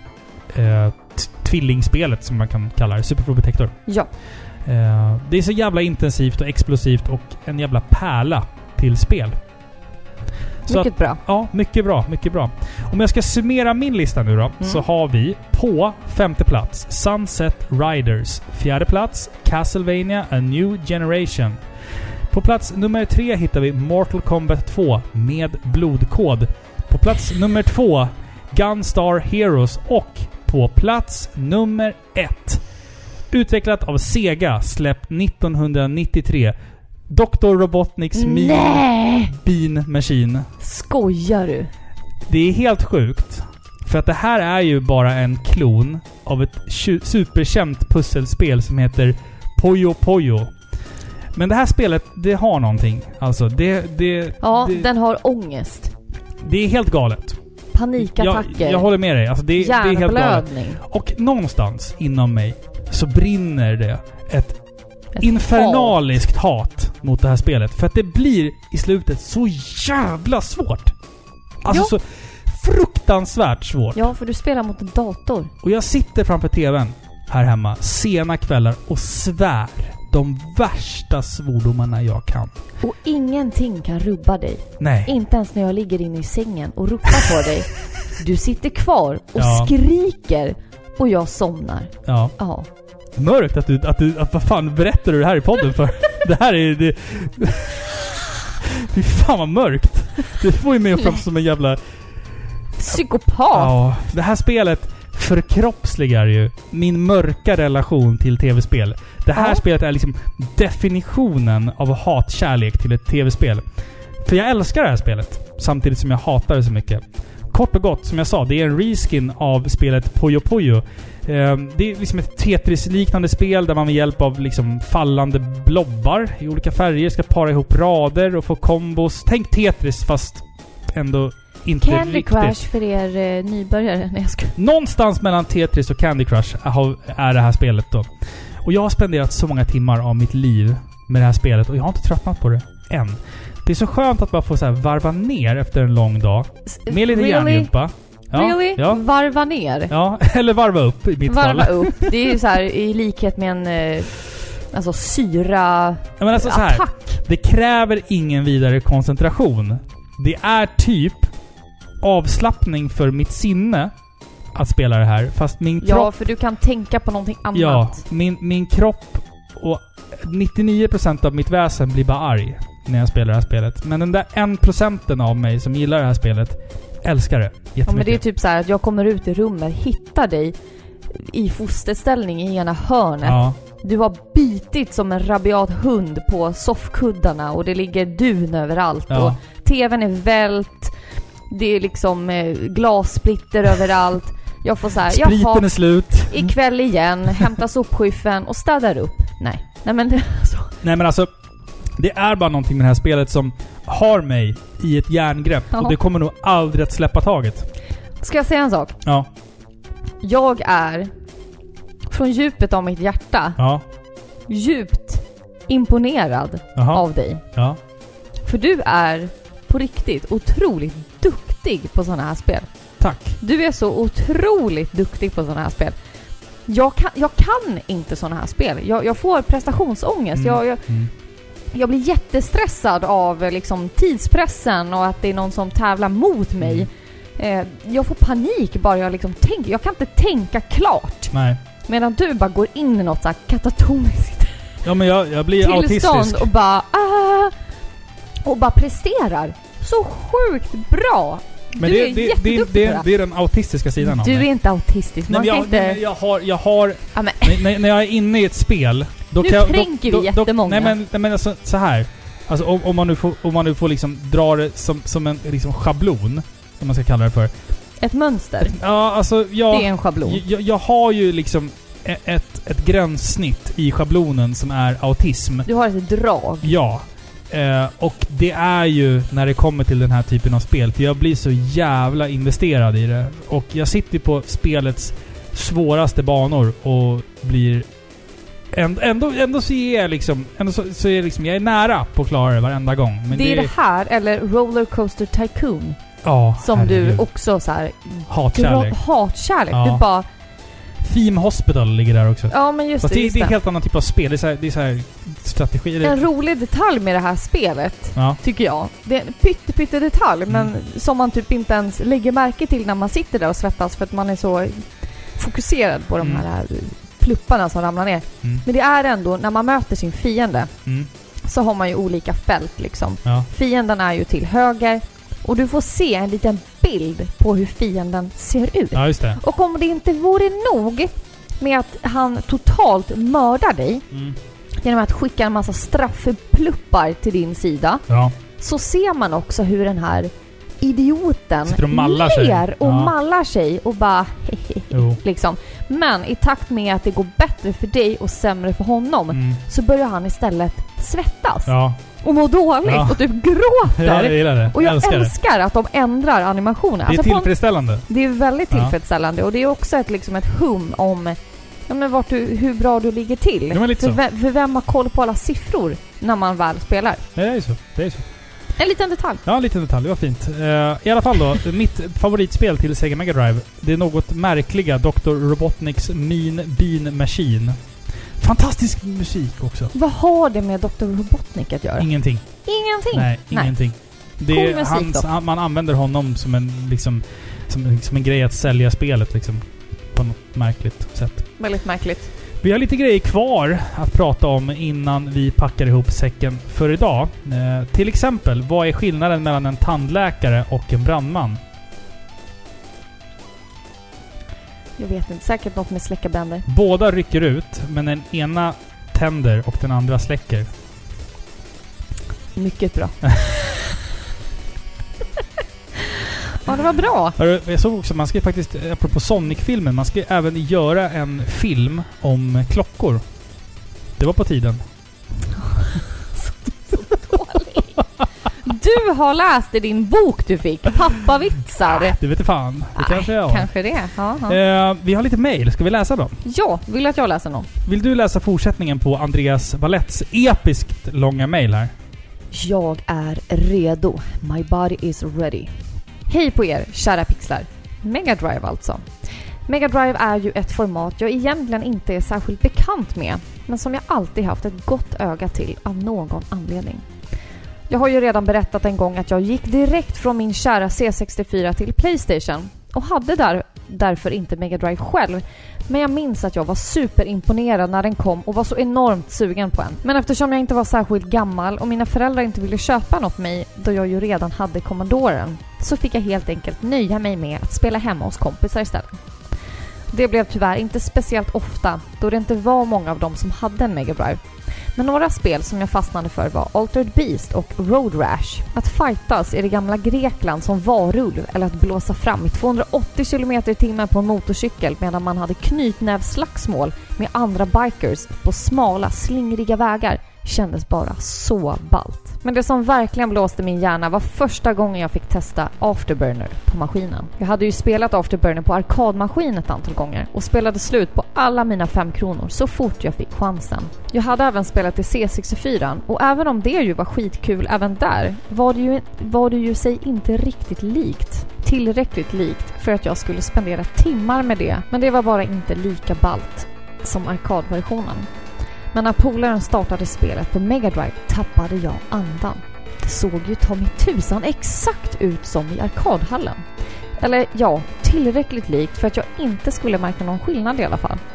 tvillingspelet som man kan kalla det, Super Protector. Ja. Det är så jävla intensivt och explosivt och en jävla pärla till spel. Mycket bra. Ja, mycket bra, mycket bra. Om jag ska summera min lista nu då, så har vi på 5:e plats Sunset Riders. 4:e plats Castlevania A New Generation. På plats nummer 3 hittar vi Mortal Kombat 2 med blodkod. På plats nummer 2 Gunstar Heroes. Och på plats nummer 1 utvecklat av Sega, släppt 1993, Dr. Robotniks Bean Machine. Skojar du? Det är helt sjukt. För att det här är ju bara en klon av ett superkänt pusselspel som heter Puyo Puyo. Men det här spelet, det har någonting. Alltså, den har ångest. Det är helt galet. Panikattacker. Jag håller med dig. Alltså, det är helt galet. Och någonstans inom mig så brinner det ett infernaliskt hat mot det här spelet. För att det blir i slutet så jävla svårt. Alltså så fruktansvärt svårt. Ja, för du spelar mot en dator. Och jag sitter framför tvn här hemma sena kvällar och svär de värsta svordomarna jag kan. Och ingenting kan rubba dig. Nej. Inte ens när jag ligger inne i sängen och ruckar på dig. Du sitter kvar och skriker och jag somnar. Ja. Ja. Mörkt att vad fan berättar du det här i podden för? Det här är det. Fy fan vad mörkt. Det får ju mig fram som en jävla psykopat. Ja, det här spelet förkroppsligar ju min mörka relation till tv-spel. Det här spelet är liksom definitionen av hatkärlek till ett tv-spel. För jag älskar det här spelet samtidigt som jag hatar det så mycket. Kort och gott, som jag sa, det är en reskin av spelet Puyo Puyo. Det är liksom ett Tetris-liknande spel där man med hjälp av liksom fallande blobbar i olika färger ska para ihop rader och få kombos. Tänk Tetris fast ändå inte Candy riktigt. Crush för er nybörjare. Nej, jag ska... Någonstans mellan Tetris och Candy Crush är det här spelet då. Och jag har spenderat så många timmar av mitt liv med det här spelet och jag har inte tröttnat på det än. Det är så skönt att bara få så här varva ner efter en lång dag. Med lite hjärngympa. Ja, really? Ja. Varva ner? Ja, eller varva upp i mitt fall. Varva upp. Det är ju så här i likhet med en alltså syra ja, men alltså så här, attack. Det kräver ingen vidare koncentration. Det är typ avslappning för mitt sinne att spela det här. Fast min kropp... Ja, för du kan tänka på någonting annat. Ja, min kropp och 99% av mitt väsen blir bara arg när jag spelar det här spelet. Men den där 1% av mig som gillar det här spelet älskar det jättemycket. Ja, men det är typ så här att jag kommer ut i rummet, hittar dig i fosterställning i ena hörnet. Ja. Du har bitit som en rabiat hund på soffkuddarna och det ligger dun överallt. Ja. Och tvn är vält. Det är liksom glassplitter överallt. Jag får så här, spriten är slut. Ikväll igen, hämta sopskyffen och städar upp. Nej men alltså. Nej men alltså, det är bara någonting med det här spelet som har mig i ett järngrepp. Ja. Och det kommer nog aldrig att släppa taget. Ska jag säga en sak? Ja. Jag är från djupet av mitt hjärta djupt imponerad av dig. Ja. För du är på riktigt otroligt duktig på sådana här spel. Tack. Du är så otroligt duktig på sådana här spel. Jag kan inte sådana här spel. Jag får prestationsångest. Jag blir jättestressad av liksom tidspressen och att det är någon som tävlar mot mig. Jag får panik bara jag liksom tänker. Jag kan inte tänka klart. Nej. Medan du bara går in i något så här katatoniskt. Ja, men jag blir autistisk. Och bara presterar så sjukt bra. Men Du är jätteduktig på det. det är den autistiska sidan av Du är mig. inte autistisk. Man kan inte... Jag har Ja, men, när jag är inne i ett spel då Nu kan jag, kränker vi jättemånga. Nej men alltså, så här. Alltså om man nu får liksom dra det som en liksom schablon, som man ska kalla det för. ett mönster. Ja, alltså Det är en schablon. jag har ju liksom ett gränssnitt i schablonen som är autism. Du har ett drag. Ja. Och det är ju när det kommer till den här typen av spel. För jag blir så jävla investerad i det. Och jag sitter på spelets svåraste banor och blir... Ändå så är jag liksom... så är liksom... Jag är nära på att klara det varenda gång. Men det är det här, eller Rollercoaster Tycoon, ja, som herregud. du också så här... Hatkärlek. Hatkärlek. Ja. Du bara... Theme Hospital ligger där också. Ja, men just Fast det. det är en helt annan typ av spel. Det är så här strategi. En rolig detalj med det här spelet, Ja. tycker jag. Det är en pytte detalj, men som man typ inte ens lägger märke till när man sitter där och svettas, för att man är så fokuserad på de här plupparna som ramlar ner. Men det är ändå, när man möter sin fiende, så har man ju olika fält liksom. Ja. Fienden är ju till höger, och du får se en liten bild på hur fienden ser ut. Ja, just det. Och om det inte vore nog med att han totalt mördar dig genom att skicka en massa straffpluppar till din sida, Ja. så ser man också hur den här idioten Sitter och mallar sig. ler och Ja. mallar sig och bara Jo. liksom. Men i takt med att det går bättre för dig och sämre för honom, så börjar han istället svettas Ja. och må dåligt och typ gråter. Jag gillar det. Och jag älskar älskar att de ändrar animationen. det. Det är Alltså, tillfredsställande. det är väldigt tillfredsställande, och det är också ett hum om men hur bra du ligger till. Ja, men lite så. För vem har koll på alla siffror när man väl spelar? Det är ju så. Det är så. En liten detalj. Ja, en liten detalj. Det var fint. I alla fall då, mitt favoritspel till Sega Mega Drive, det är något märkliga Dr. Robotniks Mean Bean Machine. Fantastisk musik också. Vad har det med Dr. Robotnik att göra? Ingenting. Ingenting? Nej, ingenting. Det Cool är musik då. man använder honom som en liksom som en grej att sälja spelet liksom på något märkligt sätt. Väldigt märkligt. Vi har lite grejer kvar att prata om innan vi packar ihop säcken för idag. Till exempel, vad är skillnaden mellan en tandläkare och en brandman? Jag vet inte. Säkert något med släcka bränder. Båda rycker ut, men den ena tänder och den andra släcker. Mycket bra. Ja, det var bra. Jag såg också, man ska faktiskt, apropå Sonic-filmen, man ska även göra en film om klockor. Det var på tiden. Du har läst i din bok du fick. Pappavitsar. Det vet jag fan. Det kanske jag har. Kanske det. Ja. Vi har lite mail. Ska vi läsa dem? Ja, vill att jag läser någon? Vill du läsa fortsättningen på Andreas Valletts episkt långa mail här? Jag är redo. My body is ready. Hej på er, kära pixlar. Mega Drive alltså. Mega Drive är ju ett format jag egentligen inte är särskilt bekant med, men som jag alltid haft ett gott öga till av någon anledning. Jag har ju redan berättat en gång att jag gick direkt från min kära C64 till PlayStation och hade därför inte Mega Drive själv. Men jag minns att jag var superimponerad när den kom och var så enormt sugen på en. Men eftersom jag inte var särskilt gammal och mina föräldrar inte ville köpa något mig då jag ju redan hade Commodoren, så fick jag helt enkelt nöja mig med att spela hemma hos kompisar istället. Det blev tyvärr inte speciellt ofta då det inte var många av dem som hade en Mega Drive. Men några spel som jag fastnade för var Altered Beast och Road Rash. Att fightas i det gamla Grekland som varulv eller att blåsa fram i 280 km/h på en motorcykel medan man hade knytnävslagsmål med andra bikers på smala, slingriga vägar kändes bara så ballt. Men det som verkligen blåste min hjärna var första gången jag fick testa Afterburner på maskinen. Jag hade ju spelat Afterburner på arkadmaskin ett antal gånger och spelade slut på alla mina 5 kronor så fort jag fick chansen. Jag hade även spelat i C64 och även om det ju var skitkul även där var det ju sig inte riktigt likt. Tillräckligt likt för att jag skulle spendera timmar med det, men det var bara inte lika ballt som arkadversionen. Men när polaren startade spelet på Mega Drive tappade jag andan. Det såg ju ta mig tusan exakt ut som i arkadhallen. Eller ja, tillräckligt likt för att jag inte skulle märka någon skillnad i alla fall.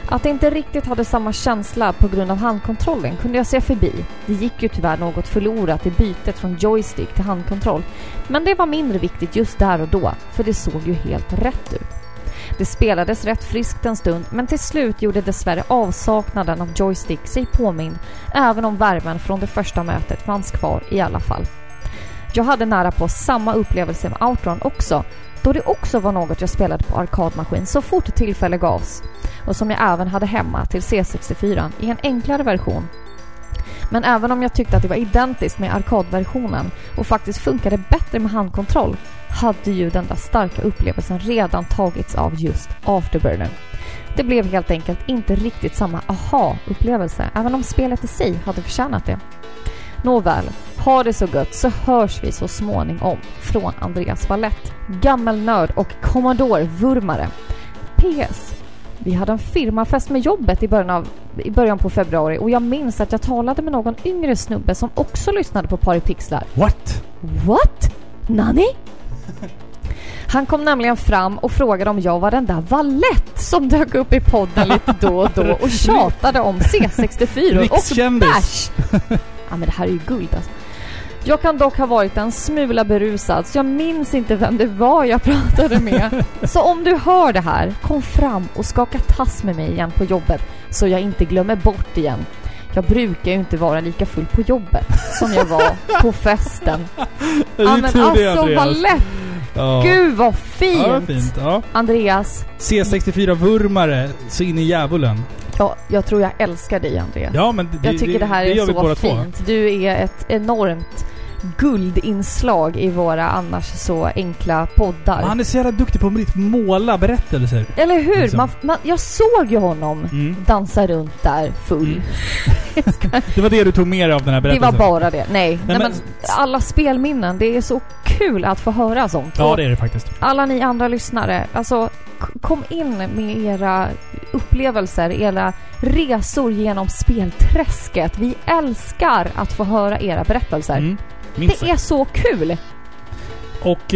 Att det inte riktigt hade samma känsla på grund av handkontrollen kunde jag se förbi. Det gick ju tyvärr något förlorat i bytet från joystick till handkontroll. Men det var mindre viktigt just där och då, för det såg ju helt rätt ut. Det spelades rätt friskt en stund, men till slut gjorde dessvärre avsaknaden av joystick sig påmind, även om värmen från det första mötet fanns kvar i alla fall. Jag hade nära på samma upplevelse med Outrun också, då det också var något jag spelade på arkadmaskin så fort tillfälle gavs, och som jag även hade hemma till C64 i en enklare version. Men även om jag tyckte att det var identiskt med arkadversionen och faktiskt funkade bättre med handkontroll, hade ju den där starka upplevelsen redan tagits av just Afterburner. Det blev helt enkelt inte riktigt samma aha-upplevelse, även om spelet i sig hade förtjänat det. Nåväl, ha det så gött, så hörs vi så småningom. Från Andreas Wallett, gammelnörd och Commodore-vurmare. PS. Vi hade en firmafest med jobbet i början på februari, och jag minns att jag talade med någon yngre snubbe som också lyssnade på Paripixlar. What? Nani? Han kom nämligen fram och frågade om jag var den där Wallett som dök upp i podden lite då och då och tjatade om C64 och bash. Ja, men det här är ju guld alltså. Jag kan dock ha varit en smula berusad, så jag minns inte vem det var jag pratade med. Så om du hör det här, kom fram och skaka tass med mig igen på jobbet, så jag inte glömmer bort igen. Jag brukar ju inte vara lika full på jobbet som jag var på festen. Ja, men alltså vad lätt. Ja. Gud vad fint. Ja, fint. Ja. Andreas. C64-vurmare så in i djävulen. Ja, jag tror jag älskar dig, Andreas. Ja, men jag tycker det här är så fint. Du är ett enormt guldinslag i våra annars så enkla poddar. Han är så jävla duktig på att måla berättelser. Eller hur? Liksom. Jag såg ju honom dansa runt där full. Det var det du tog med av den här berättelsen? Det var bara det. Nej men alla spelminnen, det är så kul att få höra sånt. Ja, det är det faktiskt. Alla ni andra lyssnare, alltså kom in med era upplevelser, era resor genom spelträsket. Vi älskar att få höra era berättelser. Det är så kul! Och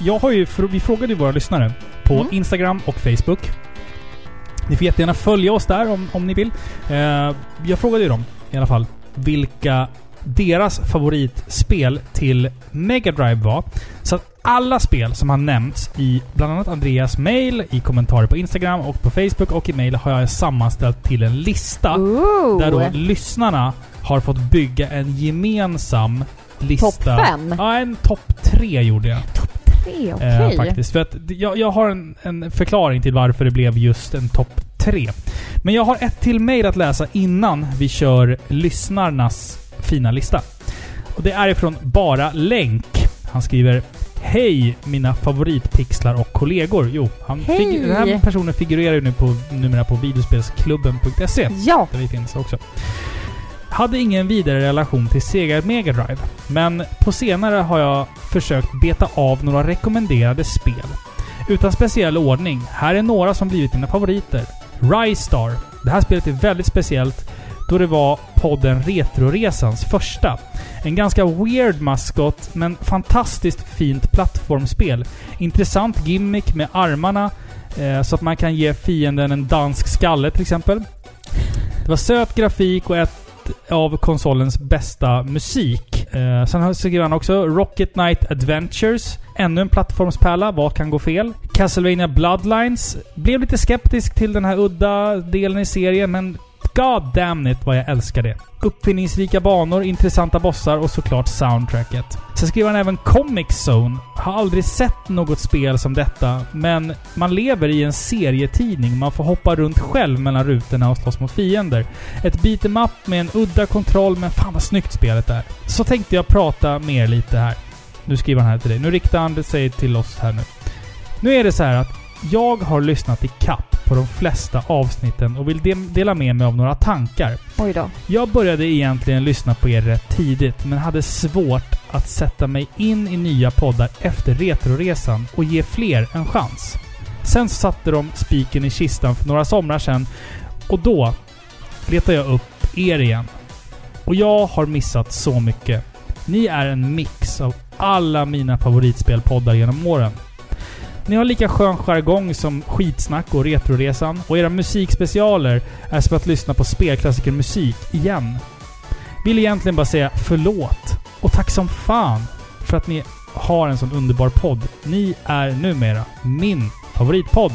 vi frågade ju våra lyssnare på Instagram och Facebook. Ni får jättegärna följa oss där om ni vill. Jag frågade ju dem i alla fall vilka deras favoritspel till Mega Drive var. Så att alla spel som har nämnts i bland annat Andreas mail, i kommentarer på Instagram och på Facebook och i mail har jag sammanställt till en lista där då lyssnarna har fått bygga en gemensam lista. Topp 5? Ja, en topp 3 gjorde jag. Topp 3, okej. Faktiskt. För att jag har en förklaring till varför det blev just en topp 3. Men jag har ett till mejl att läsa innan vi kör lyssnarnas fina lista. Och det är ifrån Bara Länk. Han skriver: Hej mina favoritpixlar och kollegor. Jo, den här personen figurerar ju numera på videospelsklubben.se. Ja. Där vi finns också. Hade ingen vidare relation till Sega Mega Drive, men på senare har jag försökt beta av några rekommenderade spel. Utan speciell ordning. Här är några som blivit mina favoriter. Rystar. Det här spelet är väldigt speciellt då det var podden Retroresans första. En ganska weird maskot, men fantastiskt fint plattformspel. Intressant gimmick med armarna så att man kan ge fienden en dansk skalle till exempel. Det var söt grafik och ett av konsolens bästa musik. Sen skriver han också Rocket Knight Adventures. Ännu en plattformspärla. Vad kan gå fel? Castlevania Bloodlines. Blev lite skeptisk till den här udda delen i serien, men god damn it vad jag älskar det. Uppfinningsrika banor, intressanta bossar och såklart soundtracket. Sen skriver han även Comic Zone. Har aldrig sett något spel som detta, men man lever i en serietidning. Man får hoppa runt själv mellan rutorna och slåss mot fiender. Ett beat'em up med en udda kontroll, men fan vad snyggt spelet är. Så tänkte jag prata mer lite här. Nu skriver han här till dig. Nu riktar han sig till oss här nu. Nu är det så här att jag har lyssnat i kapp på de flesta avsnitten och vill dela med mig av några tankar. Oj då. Jag började egentligen lyssna på er rätt tidigt, men hade svårt att sätta mig in i nya poddar efter Retroresan och ge fler en chans. Sen satte de spiken i kistan för några somrar sedan och då letade jag upp er igen. Och jag har missat så mycket. Ni är en mix av alla mina favoritspelpoddar genom åren. Ni har lika skön jargong som skitsnack och retroresan. Och era musikspecialer är som att lyssna på spelklassikermusik igen. Vill egentligen bara säga förlåt. Och tack som fan för att ni har en sån underbar podd. Ni är numera min favoritpodd.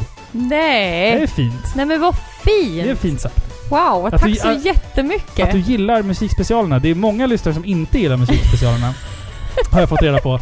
Nej! Det är fint. Nej men vad fint! Det är fint sagt. Wow, Att tack du- så jättemycket! Att du gillar musikspecialerna. Det är många lyssnare som inte gillar musikspecialerna. Har jag fått reda på.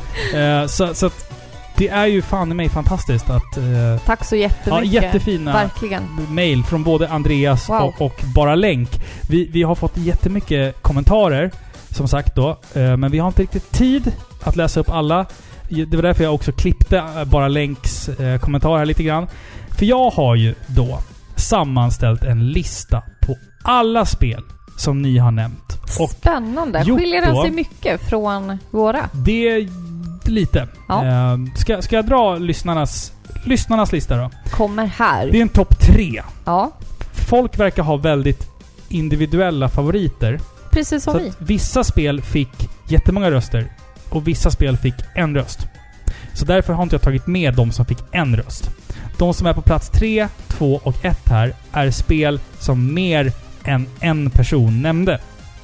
Så att det är ju fan i mig fantastiskt att... Tack så jättemycket. Ja, jättefina Verkligen. mail från både Andreas Wow. och Bara Länk. Vi har fått jättemycket kommentarer, som sagt då. Men vi har inte riktigt tid att läsa upp alla. Det var därför jag också klippte Bara Länks kommentarer här lite grann. För jag har ju då sammanställt en lista på alla spel som ni har nämnt. Och Spännande. gjort Skiljer den då- sig mycket från våra? det är lite. Ja. Ska jag dra lyssnarnas lista då? Kommer här. Det är en topp 3. Ja, Folk verkar ha väldigt individuella favoriter. precis som Så vi. att vissa spel fick jättemånga röster och vissa spel fick en röst. Så därför har inte jag tagit med de som fick en röst. De som är på plats 3, 2 och 1 här är spel som mer än en person nämnde.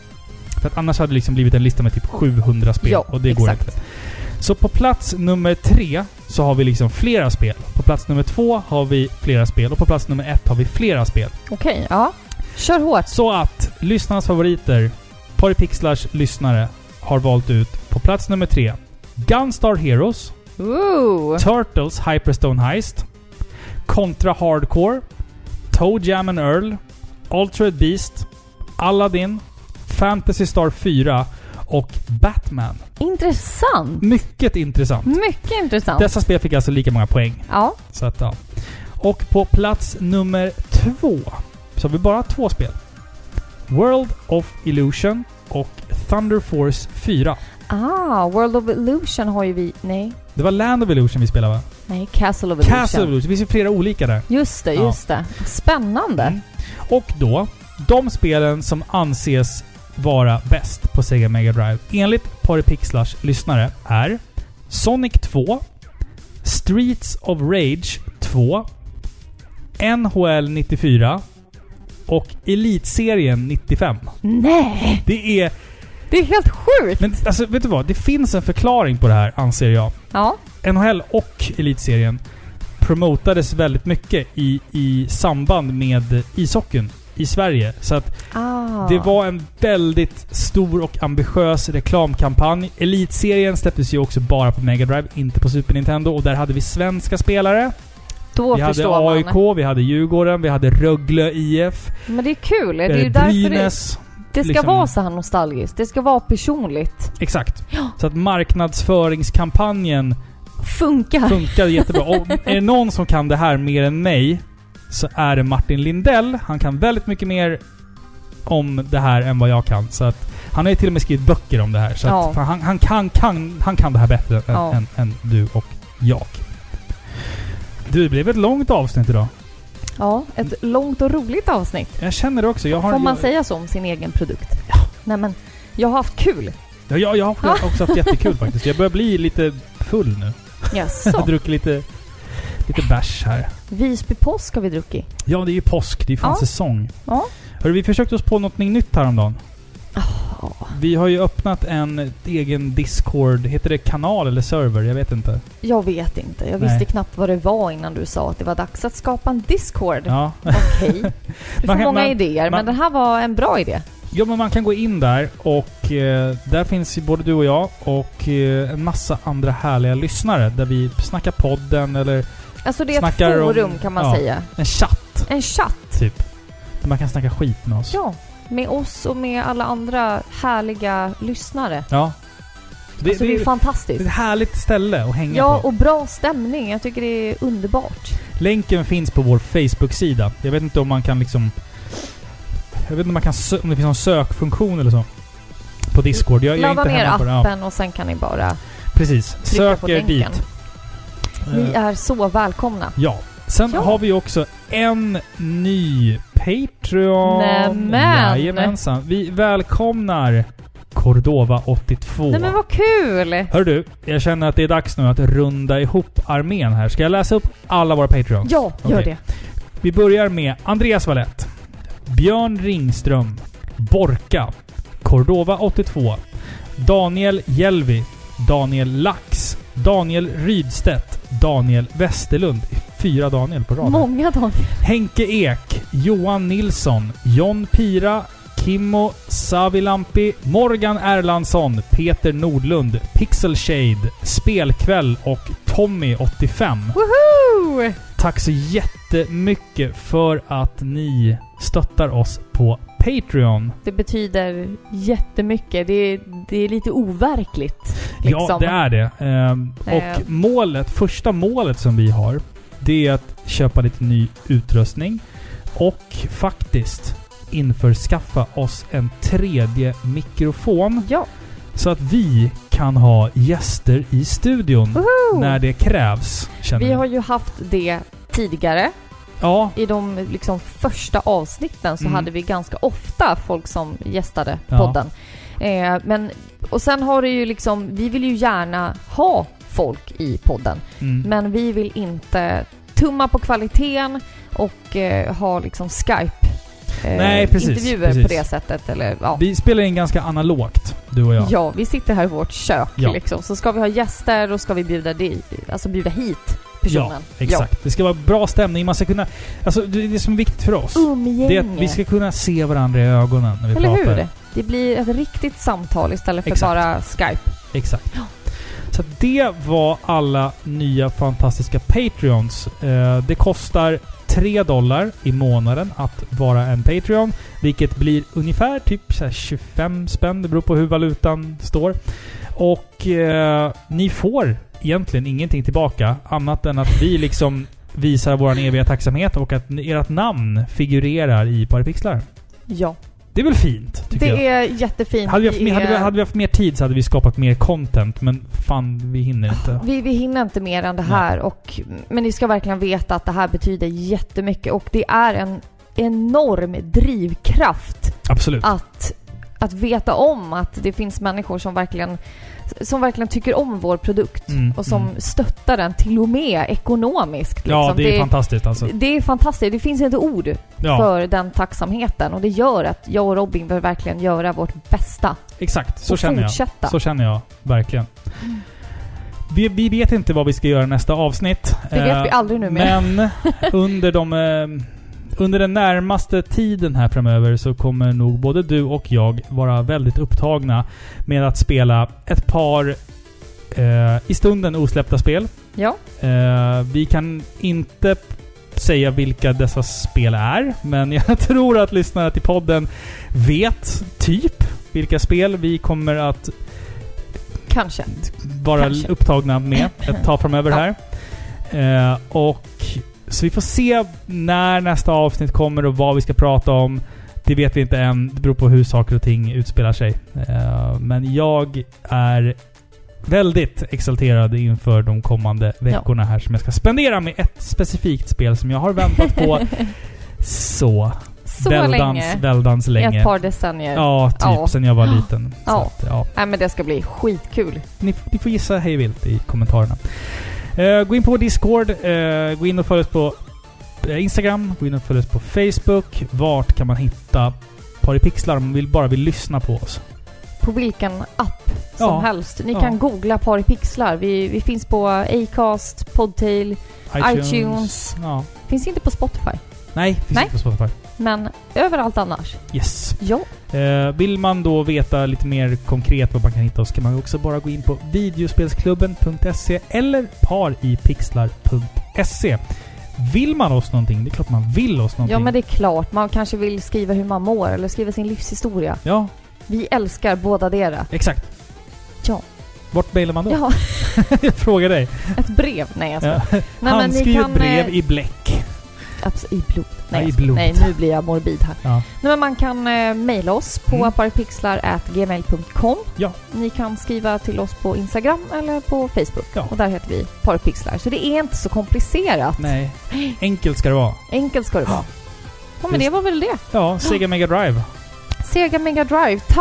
För att annars hade det liksom blivit en lista med typ 700 spel. Ja, och det går exakt. inte. Så på plats nummer 3 så har vi liksom flera spel. På plats nummer 2 har vi flera spel. Och på plats nummer 1 har vi flera spel. Okej, ja. Kör hårt. Så att lyssnarnas favoriter, Paripixlars lyssnare, har valt ut på plats nummer 3 Gunstar Heroes, Ooh. Turtles Hyperstone Heist, Contra Hardcore, Toe Jam and Earl, Altered Beast, Aladdin, Fantasy Star 4 och Batman. Intressant. Mycket intressant. Mycket intressant. Dessa spel fick alltså lika många poäng. Ja. Så att, ja. Och på plats nummer 2 så har vi bara 2 spel. World of Illusion och Thunder Force 4. World of Illusion har ju vi... Nej. Det var Land of Illusion vi spelade va? Nej, Castle of Illusion. Castle of Illusion. Det finns ju flera olika där. Just det, Ja. just det. Spännande. Mm. Och då, de spelen som anses vara bäst på Sega Mega Drive enligt Paripixlars lyssnare är Sonic 2, Streets of Rage 2, NHL 94 och Elitserien 95. Nej! Det är... Det är helt sjukt! Men alltså, vet du vad? Det finns en förklaring på det här, anser jag. Ja. NHL och Elitserien promotades väldigt mycket i samband med ishockeyn i Sverige. Så att det var en väldigt stor och ambitiös reklamkampanj. Elitserien släpptes ju också bara på Mega Drive, inte på Super Nintendo. Och där hade vi svenska spelare. Då Vi hade förstår AIK, man. vi hade Djurgården, vi hade Rögle IF. Men det är kul. Det vi är ju hade därför Brynäs. det ska liksom- vara så här nostalgiskt. Det ska vara personligt. Exakt. Ja. Så att marknadsföringskampanjen Funkar. funkar jättebra. Och är det någon som kan det här mer än mig så är det Martin Lindell. Han kan väldigt mycket mer om det här än vad jag kan. Så att han har ju till och med skrivit böcker om det här. Så Ja. att han kan det här bättre Ja. än du och jag. Du, det blev ett långt avsnitt idag. Ja, ett långt och roligt avsnitt. Jag känner det också. Får man säga så om sin egen produkt? Ja. Nej men, jag har haft kul. Ja, jag har också haft jättekul faktiskt. Jag börjar bli lite full nu. Jag har Jaså? druckit lite bärs här. Visby påsk har vi druckit. Ja, det är ju påsk. Det är fan Ja. säsong. Ja. Hörru, vi försökte oss på något nytt häromdagen. Ja. Vi har ju öppnat en egen Discord. Heter det kanal eller server? Jag vet inte. Jag vet inte. Jag Nej. visste knappt vad det var innan du sa att det var dags att skapa en Discord. Ja. Okej. Du Man får kan- många man- idéer, man- men den här var en bra idé. Ja, men man kan gå in där och där finns ju både du och jag och en massa andra härliga lyssnare där vi snackar podden eller Alltså det är ett Snackar om- forum kan man ja. säga. en chatt En chatt. typ. Där man kan snacka skit med oss. Ja. Med oss och med alla andra härliga lyssnare. Ja. Det Alltså det är är fantastiskt. ett härligt ställe att hänga Ja, på. och bra stämning. Jag tycker det är underbart. Länken finns på vår Facebook-sida. Jag vet inte om man kan liksom... Jag vet inte om man kan om det finns någon sökfunktion eller så. På Discord. Jag är Ladda inte ner hemma på det. Ja, appen och sen kan ni bara precis. trycka Sök på er länken. dit. Ni Eh, är så välkomna. Ja. Sen Ja. har vi också en ny Patreon. Nämen! Jajamensan. Vi välkomnar Cordova 82. Nej men vad kul! Hör du, jag känner att det är dags nu att runda ihop armén här. Ska jag läsa upp alla våra Patreons? Ja, gör det. Vi börjar med Andreas Wallett, Björn Ringström, Borka, Cordova 82, Daniel Jelvi, Daniel Lax, Daniel Rydstedt, Daniel Westerlund. 4 Daniel på rad. Många Daniel. Henke Ek, Johan Nilsson, John Pira, Kimmo Savilampi, Morgan Erlandsson, Peter Nordlund, Pixel Shade, Spelkväll och Tommy 85. Woho! Tack så jättemycket för att ni stöttar oss på Patreon. Det betyder jättemycket. Det är lite overkligt. Liksom. Ja, det är det. Och första målet som vi har, det är att köpa lite ny utrustning och faktiskt införskaffa oss en 3D mikrofon. Ja. Så att vi kan ha gäster i studion Woho! när det krävs. Vi har ju haft det tidigare. Ja. I de liksom första avsnitten så hade vi ganska ofta folk som gästade podden. Och sen har det ju liksom, vi vill ju gärna ha folk i podden. Men vi vill inte tumma på kvaliteten och ha liksom Skype intervjuer på det sättet. Eller, ja. Vi spelar in ganska analogt, du och jag. Ja, vi sitter här i vårt kök liksom. Så ska vi ha gäster och ska vi bjuda hit personen. Ja, exakt. Ja. Det ska vara bra stämning. Man ska kunna... Alltså, det som är viktigt för oss, det är att vi ska kunna se varandra i ögonen när vi pratar. Eller hur? Det blir ett riktigt samtal istället för bara Skype. Exakt. Ja. Så det var alla nya fantastiska Patreons. Det kostar $3 i månaden att vara en Patreon, vilket blir ungefär typ 25 spänn. Det beror på hur valutan står. Och ni får egentligen ingenting tillbaka annat än att vi liksom visar vår eviga tacksamhet och att ert namn figurerar i Paripixlar. Ja. Det är väl fint, tycker jag. Det är jättefint. Hade vi haft mer tid så hade vi skapat mer content, men fan, vi hinner inte. Vi hinner inte mer än det här. Men ni ska verkligen veta att det här betyder jättemycket och det är en enorm drivkraft. Absolut. Att veta om att det finns människor som verkligen tycker om vår produkt och som stöttar den till och med ekonomiskt. Liksom. Ja, det är fantastiskt alltså. Det är fantastiskt. Det finns inte ord för den tacksamheten och det gör att jag och Robin bör verkligen göra vårt bästa. Exakt, så känner fortsätta. jag. Så känner jag, verkligen. Vi vet inte vad vi ska göra nästa avsnitt. Det vet vi aldrig nu med. Men under den närmaste tiden här framöver så kommer nog både du och jag vara väldigt upptagna med att spela ett par i stunden osläppta spel. Ja. Vi kan inte säga vilka dessa spel är, men jag tror att lyssnarna till podden vet typ vilka spel vi kommer att vara upptagna med ett tag framöver här. Så vi får se när nästa avsnitt kommer och vad vi ska prata om. Det vet vi inte än. Det beror på hur saker och ting utspelar sig. Men jag är väldigt exalterad inför de kommande veckorna här som jag ska spendera med ett specifikt spel som jag har väntat på så väldans länge. Ett par decennier. Ja, typ sen jag var liten. Så att, Nej, men det ska bli skitkul. Ni får gissa hej vilt i kommentarerna. Gå in på Discord, gå in och följ oss på Instagram, gå in och följ oss på Facebook. Vart kan man hitta Paripixlar om man vill lyssna på oss? På vilken app som helst. Ni kan googla Paripixlar. Vi finns på Acast, Podtail, iTunes. Ja. Finns inte på Spotify. Nej, finns inte på Spotify. Men överallt annars. Yes. Ja. Vill man då veta lite mer konkret vad man kan hitta oss kan man också bara gå in på videospelsklubben.se eller paripixlar.se. Vill man oss någonting? Det är klart man vill oss någonting. Ja, men det är klart. Man kanske vill skriva hur man mår eller skriva sin livshistoria. Ja. Vi älskar båda dera. Exakt. Ja. Vart mejlar man då? Ja. Jag frågar dig. Ett brev? Nej, jag ska. Handskrivet brev i bläck. I blod. Nej, Nej, nu blir jag morbid här. Ja. Nej, men man kan mejla oss på paripixlar@gmail.com. Ja. Ni kan skriva till oss på Instagram eller på Facebook. Ja. Och där heter vi Paripixlar. Så det är inte så komplicerat. Nej. Enkelt ska det vara. Enkelt ska det vara. Ja, men det var väl det. Ja, Sega Mega Drive. Sega Mega Drive. Tack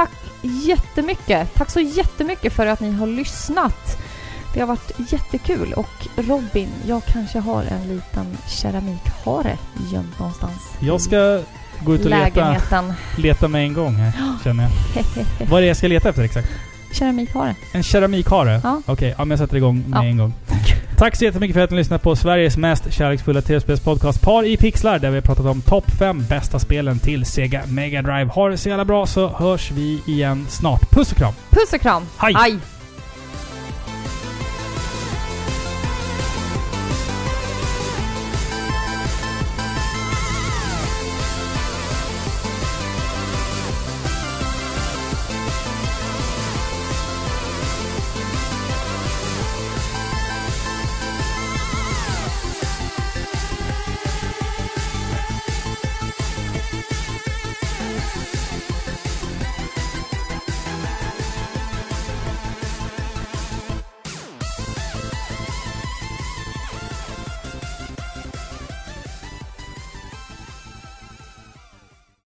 jättemycket. Tack så jättemycket för att ni har lyssnat. Det har varit jättekul. Och Robin, jag kanske har en liten keramikhare gömd någonstans. Jag ska gå ut och leta med en gång här, känner jag. Vad är det jag ska leta efter exakt? Keramikhare. En keramikhare? Ja. Okej, men jag sätter igång med en gång. Tack så jättemycket för att ni lyssnat på Sveriges mest kärleksfulla tv-spelspodcast Par i Pixlar, där vi har pratat om topp 5 bästa spelen till Sega Mega Drive. Ha det så jävla bra, så hörs vi igen snart. Puss och kram! Puss och kram! Hej!